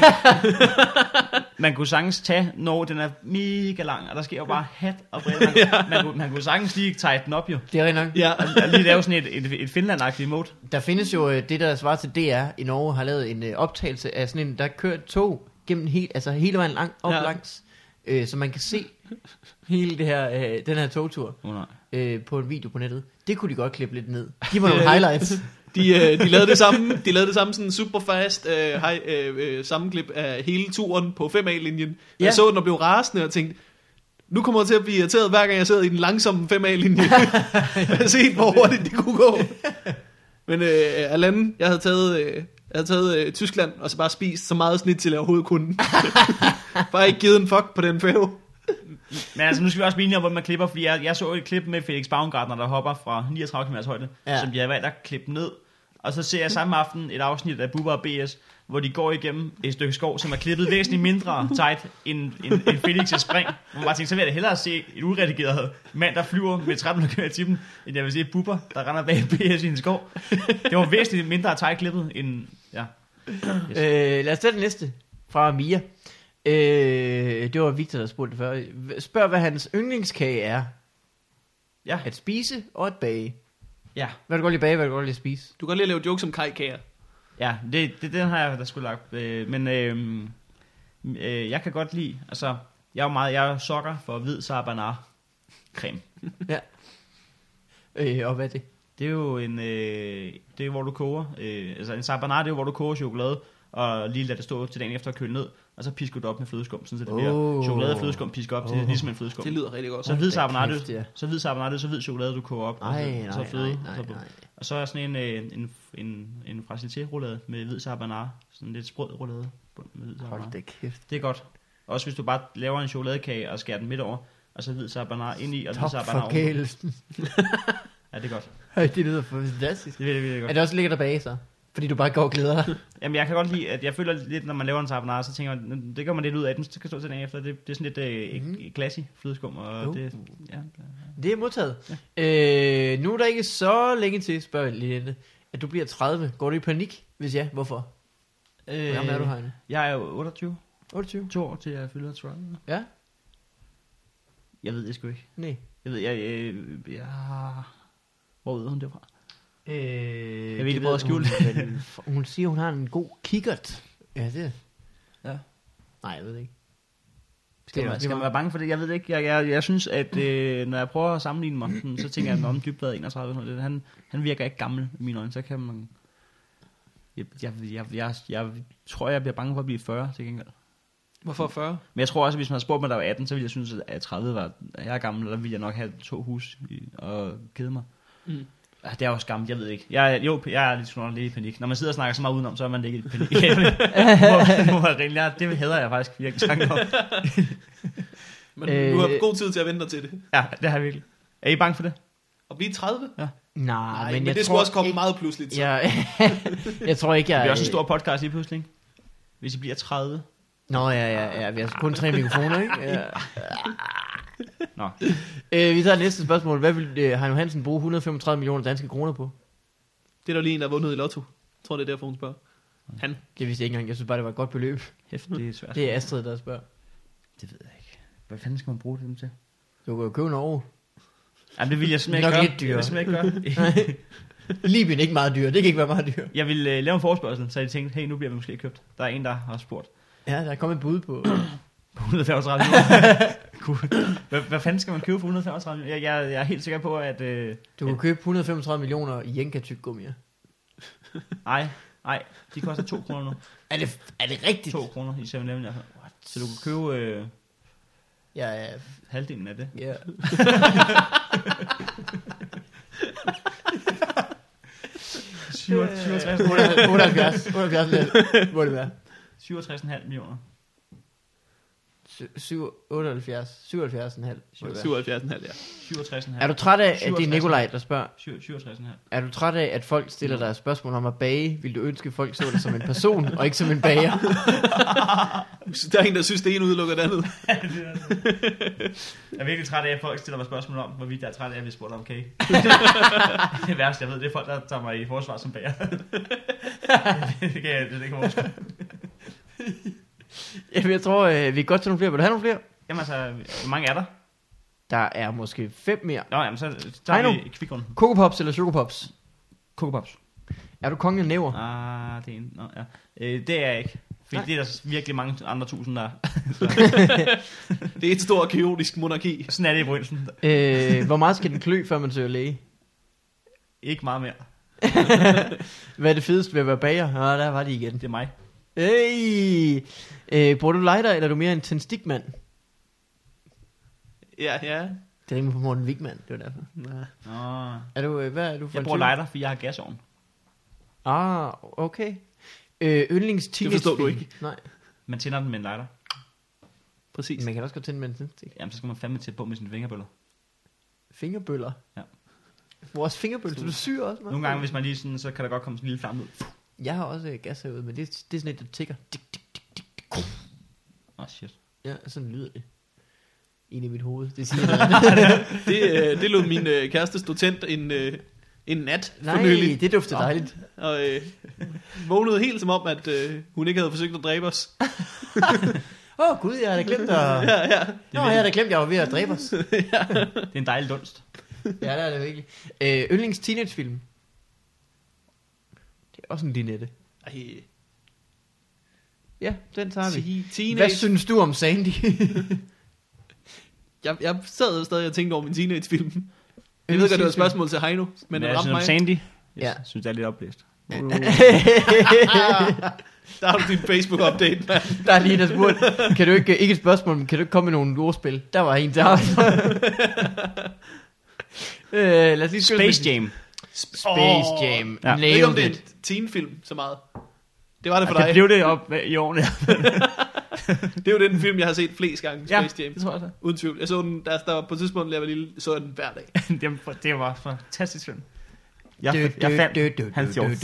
man kunne sagtens tage Norge, den er mega lang, og der sker jo bare hat og briller. Man kunne sagtens lige tage den op jo. Det er rigtig nok. Ja. Og lige lave sådan et Finland-agtigt mode. Der findes jo det, der svarer til DR i Norge, har lavet en optagelse af sådan en, der kører et tog gennem hele vejen langs, så man kan se hele det her, den her togtur på en video på nettet. Det kunne de godt klippe lidt ned. Giv mig nogle highlights. De lavede det samme. De lavede det samme sådan super fast sammenklip af hele turen på 5A-linjen. Ja. Jeg så den og blev rasende og tænkte, nu kommer jeg til at blive irriteret hver gang jeg sidder i den langsomme 5A-linje. Jeg har set, hvor hurtigt det kunne gå. Men Alain, jeg havde taget Tyskland og så bare spist så meget snit til jeg overhovedet kunne. Bare ikke givet en fuck på den færge. Men altså, nu skal vi også blive enige om, hvordan man klipper, fordi jeg så et klip med Felix Baumgartner, der hopper fra 39 km højde, som de har valgt at klippe ned. Og så ser jeg samme aften et afsnit af Bubber og BS, hvor de går igennem et stykke skov, som er klippet væsentligt mindre tight end Felix' spring. Og man bare tænker, så vil jeg da hellere se et uredigeret mand, der flyver med 13 km i timen, end jeg vil se Bubber, der render bag BS i en skov. Det var væsentligt mindre tight klippet end... Ja. Yes. Lad os tage den næste fra Mia. Det var Victor, der spurgte før. Spørg, hvad hans yndlingskage er. Ja. At spise og at bage. Ja. Hvad du godt lide at bage, hvad du godt lide at spise. Du kan godt lide at lave jokes om kajkager. Ja, den har jeg da skulle lagt. Men jeg kan godt lide, altså, jeg er sokker for hvid sarbanar creme. Ja. Og hvad er det? Det er jo det er hvor du koger, altså en sarbanar, det er jo hvor du koger chokolade, og lige lader det stå til dagen efter at køle ned, og så pisker du op med flødeskum, sådan så det bliver chokolade og flødeskum pisket op til ligesom en flødeskum. Det lyder rigtig godt. Så hvid sarbanar, det så hvid chokolade, du koger op, og så fløde. Og så er sådan en fragilité-roulade med hvid sarbanar, sådan lidt sprød roulade med hvid sarbanar. Hold da kæft. Det er godt. Også hvis du bare laver en chokoladekage og skærer den midt over, og så hvid sarbanar ind i, og hvid sarbanar over. Ja, det er godt. Det lyder fantastisk. Det er virkelig godt. Er det også ligger der bage så? Fordi du bare går og glæder dig? Jamen, jeg kan godt lide, at jeg føler lidt, når man laver en sarbanar, så tænker man, det gør man lidt ud af, den skal stå til den efter. Det er sådan lidt classy flødeskum, og det, ja. Det er modtaget. Ja. Nu er der ikke så længe til, spørger jeg lige, at du bliver 30. Går du i panik? Hvis ja, hvorfor? Hvor gammel er du, Heine? Jeg er jo 28. 28? 2 år til jeg fylder 30. Ja? Jeg ved det sgu ikke. Nej. Jeg ved, hvor ved hun det fra? Jeg ved ikke, prøve at skjule det. Hun siger, hun har en god kikkert. Ja, det er. Ja. Nej, jeg ved det ikke. Skal man være bange for det? Jeg ved det ikke. Jeg synes, at når jeg prøver at sammenligne mig, så tænker jeg, at om Dybvad 31, han virker ikke gammel i mine øjne, så kan man... Jeg tror, jeg bliver bange for at blive 40 til gengæld. Hvorfor 40? Men jeg tror også, at hvis man havde spurgt mig, der var 18, så ville jeg synes, at 30 var... Jeg er gammel, og der ville jeg nok have 2 hus og kede mig. Mm. Det er også gammelt, jeg ved ikke. Jeg er lidt i panik. Når man sidder og snakker så meget udenom, så er man lidt i panik. Det hader jeg faktisk virkelig tanke om. Men du har god tid til at vente dig til det. Ja, det har jeg virkelig. Er I bange for det? At blive 30? Ja. Nej, men det skulle også komme meget pludseligt. Jeg tror ikke, det er også en stor podcast lige pludselig, ikke? Hvis I bliver 30. Nå, ja. Vi har kun 3 mikrofoner, ikke? Ja. Nå. Vi tager næste spørgsmål. Hvad vil Heino Hansen bruge 135 millioner danske kroner på? Det er der lige en, der har vundet i lotto. Jeg tror, det er derfor, hun spørger. Han. Det vidste jeg ikke engang. Jeg synes bare, det var et godt beløb. Det er svært. Det er Astrid, der spørger. Det ved jeg ikke. Hvad fanden skal man bruge dem til? Du kan jo købe Norge. Jamen, det vil jeg simpelthen ikke gøre. Det er nok lidt dyrere. Libyen er ikke meget dyr. Det kan ikke være meget dyr. Jeg vil lave en forespørgsel, så jeg tænkte, hey, nu bliver vi måske købt. Der er en, der har spurgt. Ja, der er kommet et bud på 135 millioner. Hvad fanden skal man købe for 135 millioner? Jeg er helt sikker på, at... du kan købe 135 millioner Jenka tyggegummier. Nej, de koster 2 kroner nu. Er det rigtigt? 2 kroner i 7-Eleven i hvert fald. Så du kan købe halvdelen af det. Ja. Yeah. 78 må det være. 67,5 millioner. 78, 77,5. 77,5, ja. 67,5. Er du træt af, at det er Nikolaj, der spørger? 67,5. Er du træt af, at folk stiller dig spørgsmål om at bage? Vil du ønske, at folk så dig som en person, og ikke som en bager? Der er en, der synes, det ene udelukker det andet. Jeg er virkelig træt af, at folk stiller mig spørgsmål om, hvorvidt jeg er træt af, at vi spurgte om kage. Det værste, jeg ved, det er folk, der tager mig i forsvar som bager. Det kan overskue. Jamen, jeg tror, vi er godt til nogle flere. Vil du have nogle flere? Jamen altså, hvor mange er der? Der er måske 5 mere. Nå, jamen, så tager vi kvikrunden. Coco Pops eller Choco Pops? Coco Pops. Er du kongen af næver? Det er en. Nå, ja. Det er jeg ikke. Fordi det er der virkelig mange andre tusind, der Det er et stort kaotisk monarki. Sådan er det i Brynsen. Hvor meget skal den klø, før man søger læge? Ikke meget mere. Hvad er det fedeste ved at være bager? Der var de igen. Det er mig. Hey! Bruger du lighter, eller er du mere en tændstikmand? Ja. Det rimer på Morten Wigman, det var derfor. Nej. Er du, hvad er du for Jeg bruger lighter, fordi jeg har gasovn. Okay. Yndlings Det forstår du ikke. Nej. Man tænder den med en lighter. Præcis. Man kan også godt tænde med en tændstik. Jamen, så skal man fandme tæt på med sine fingerbøller. Fingerbøller? Ja. Vores fingerbøller, så du syr også, man. Nogle gange, hvis man lige sådan, så kan der godt komme sådan en lille flamme ud. Jeg har også gas herude, men det er sådan et, der tikker. Shit. Ja, sådan lyder det. Inde i mit hoved. Det siger noget. Det lod min kæreste stå tændt en nat for Nej, nylig. det dufter dejligt. Og vågnede helt som om, at hun ikke havde forsøgt at dræbe os. Gud, jeg har da glemt at... Ja. Nå, jeg har da glemt, at jeg var ved at dræbe os. Det er en dejlig dunst. Ja, det er det virkelig. Yndlings teenagefilm. Det er også en linette. Ej. Ja, den tager vi. Teenage. Hvad synes du om Sandy? Jeg sad stadig og tænkte over min teenagefilm. Jeg ved godt, det var et spørgsmål til Heino, men det jeg ramte synes om mig. Sandy. Ja. Jeg synes, det er lidt oplæst. Der har du din Facebook-update, mand. Der er lige der spurgt. Kan du ikke et spørgsmål, men kan du ikke komme med nogle ordspil? Der var en der. Lad os lige Space Jam. Space Jam. Ja. Jeg ved ikke, om det er Nailed en it. teenfilm så meget. Det var det for Det dig. blev det op i årene. Det er jo den film, jeg har set flest gange. Space Jam. det tror jeg så. Uden tvivl. Jeg så den, der var på et tidspunkt, jeg var lille, så jeg den hver dag. Det var fantastisk film. Jeg fandt Hans Hjort.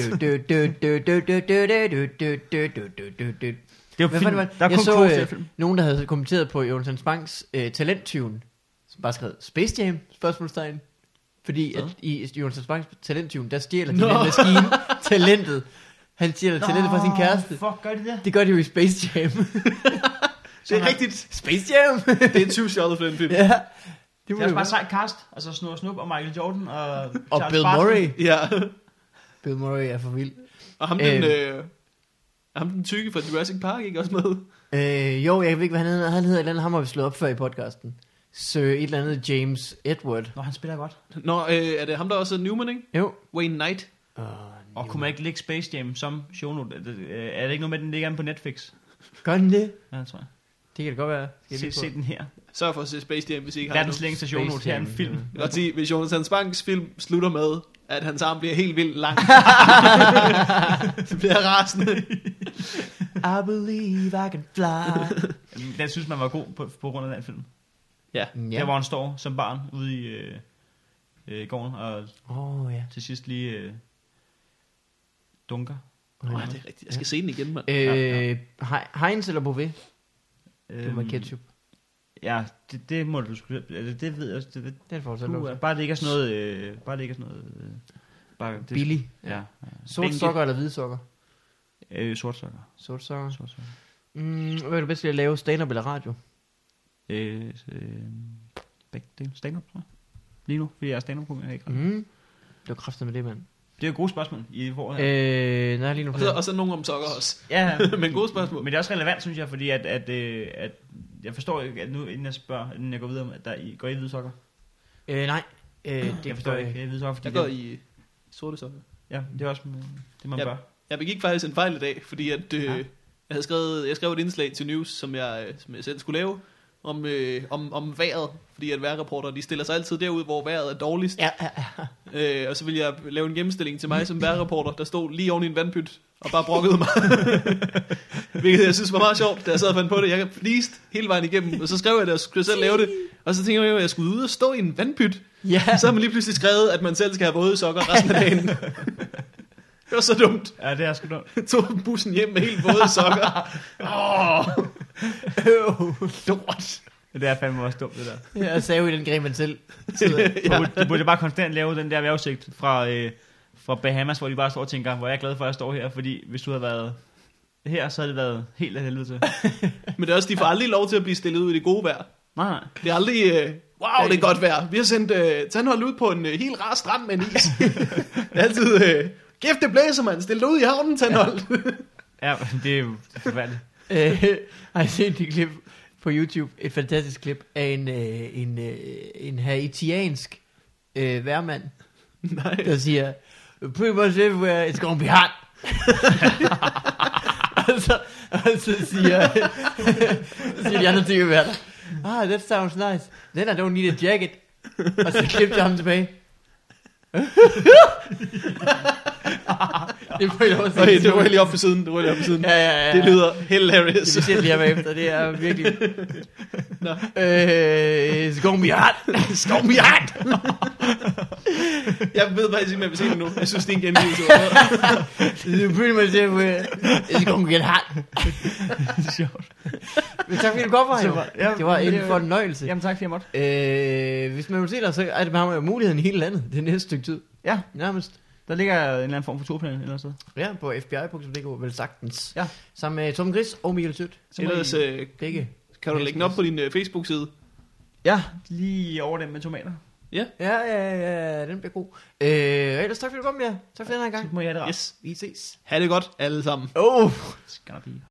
Det var film. Der er Jeg kun så film. nogen, der havde kommenteret på Jonathan Spangs talenttyven, som bare skrev Space Jam, spørgsmålstegn. Fordi at i Jonathan Spangs talenttyven, der stjæler de den maskine talentet. Han stjæler talentet fra sin kæreste. Fuck, gør de det? Det gør de jo i Space Jam. Det er rigtigt. Space Jam! Det er en tyvstjålet for den film. Ja. Det er også bare sejt cast. Altså Snor Snup og Michael Jordan og Charles Bill Barkley. Murray. Ja. Bill Murray er for vild. Og ham den tykke fra Jurassic Park, ikke også med? Jo, jeg ved ikke, hvad han hedder. Han hedder et eller andet, ham har vi slået op før i podcasten. Så et eller andet James Edward. Nå, han spiller godt. Nå, er det ham, der også er Newman, ikke? Jo. Wayne Knight. Og kunne man ikke lægge Space Jam som shownote? Er det ikke noget med, den ligger inde på Netflix? Gør den det? Ja, det tror jeg. Det kan det godt være. Se den her. Sørg for at se Space Jam, hvis I ikke har Verdens det. længste shownote her er en film. Jeg kan godt sige, hvis Jonathan Spangs film slutter med, at hans arm bliver helt vildt lang, så bliver jeg rasende. I believe I can fly. Den synes man var god på grund af den film. Ja. Der hvor han står som barn ude i gården og Ja. til sidst lige dunker. Det er rigtigt. Jeg skal se den igen, mand. Heinz eller Beauvais? Det var ketchup. Ja, det må du sgu. Det ved jeg. Den får du selv lov til. Bare det ikke er sådan noget. Bare det ikke er sådan noget. Bare det, Billig. Ja. Sort sokker eller hvide sokker? Sort sokker. Sort sokker. Sort sokker. Hvad er du bedst at lave? Stand-up eller radio? Begge dele. Stand-up, tror jeg. Lige nu, fordi jeg er stand-up-program, jeg ikke. Det var kraftigt med det, mand. Det er et godt spørgsmål i hvor her. Nej, lige nu. Og så nogen om sokker også. Ja, Men gode spørgsmål. Men det er også relevant, synes jeg, fordi at jeg forstår ikke, at nu, inden jeg går videre, at går I hvide sokker? Nej. Det jeg forstår ikke. Jeg er hvide sokker, fordi Jeg går i sorte sokker. Ja, det er også det, man bør. Jeg begik faktisk en fejl i dag, fordi at jeg skrev et indslag til News, som jeg selv skulle lave, om vejret, fordi at vejrreporter, de stiller sig altid derud, hvor vejret er dårligst. Ja. Og så vil jeg lave en gennemstilling til mig som vejrreporter, der stod lige oven i en vandpyt, og bare brokkede mig. Hvilket jeg synes var meget sjovt, da jeg sad og fandt på det. Jeg pleased hele vejen igennem, og så skrev jeg, at jeg skulle selv lave det. Og så tænkte jeg, at jeg skulle ud og stå i en vandpyt. Ja. Så har man lige pludselig skrevet, at man selv skal have våde sokker resten af dagen. Det var så dumt. Ja, det er sgu dumt. Jeg tog bussen hjem med helt våde sokker. Lort. Det er fandme også dumt, det der. Jeg sagde i den gren, man selv. Du burde bare konstant lave den der vejrudsigt fra Bahamas, hvor de bare står og tænker, hvor jeg er glad for, at jeg står her, fordi hvis du havde været her, så havde det været helt af helvede til. Men det er også, de får aldrig lov til at blive stillet ud i det gode vejr. Nej. Det er aldrig, wow, det er godt vejr. Vi har sendt Tandhold ud på en helt rar strand med en is. Det er altid, kæft det blæser, man. Stil dig ud i havnen, Tandhold. Ja, det er jo forfærdeligt. Har jeg set et klip på YouTube, et fantastisk klip af en haitiansk værmand, Nej. der siger, pretty much everywhere it's gonna be hot. og så siger de andre ting ved der, that sounds nice. Then I don't need a jacket. Og så klipper jeg ham tilbage. Det får jeg også Okay, det rører lige op på siden. Ja. Det lyder hilarious. Det vil lige have efter. Det er virkelig. Nå. It's gonna be hot. It's gonna be hot. Jeg ved faktisk ikke, hvad jeg vil se det nu. Jeg synes, det er en gengivelse. It's pretty much everywhere. It's gonna get hot. Det er sjovt. Men tak fordi du kom, Ryan. Det var en fornøjelse. Jamen tak, fordi jeg måtte. Hvis man vil se dig, så er det bare muligheden i hele landet. Det næste stykke tid. Ja, Nærmest. der ligger en eller anden form for turplan eller noget. Ja, på fbi.dk vel sagtens. Ja. Sammen med Tom Gris og Michael Sødt. Ellers Begge. kan du lægge den op på din Facebook-side. Ja, lige over dem med tomater. Ja. Ja, den bliver god. Ellers tak fordi du kom, ja. Tak for den her gang. Så må jeg have det ret. Yes. Vi ses. Ha' det godt, alle sammen. Oh. It's gonna be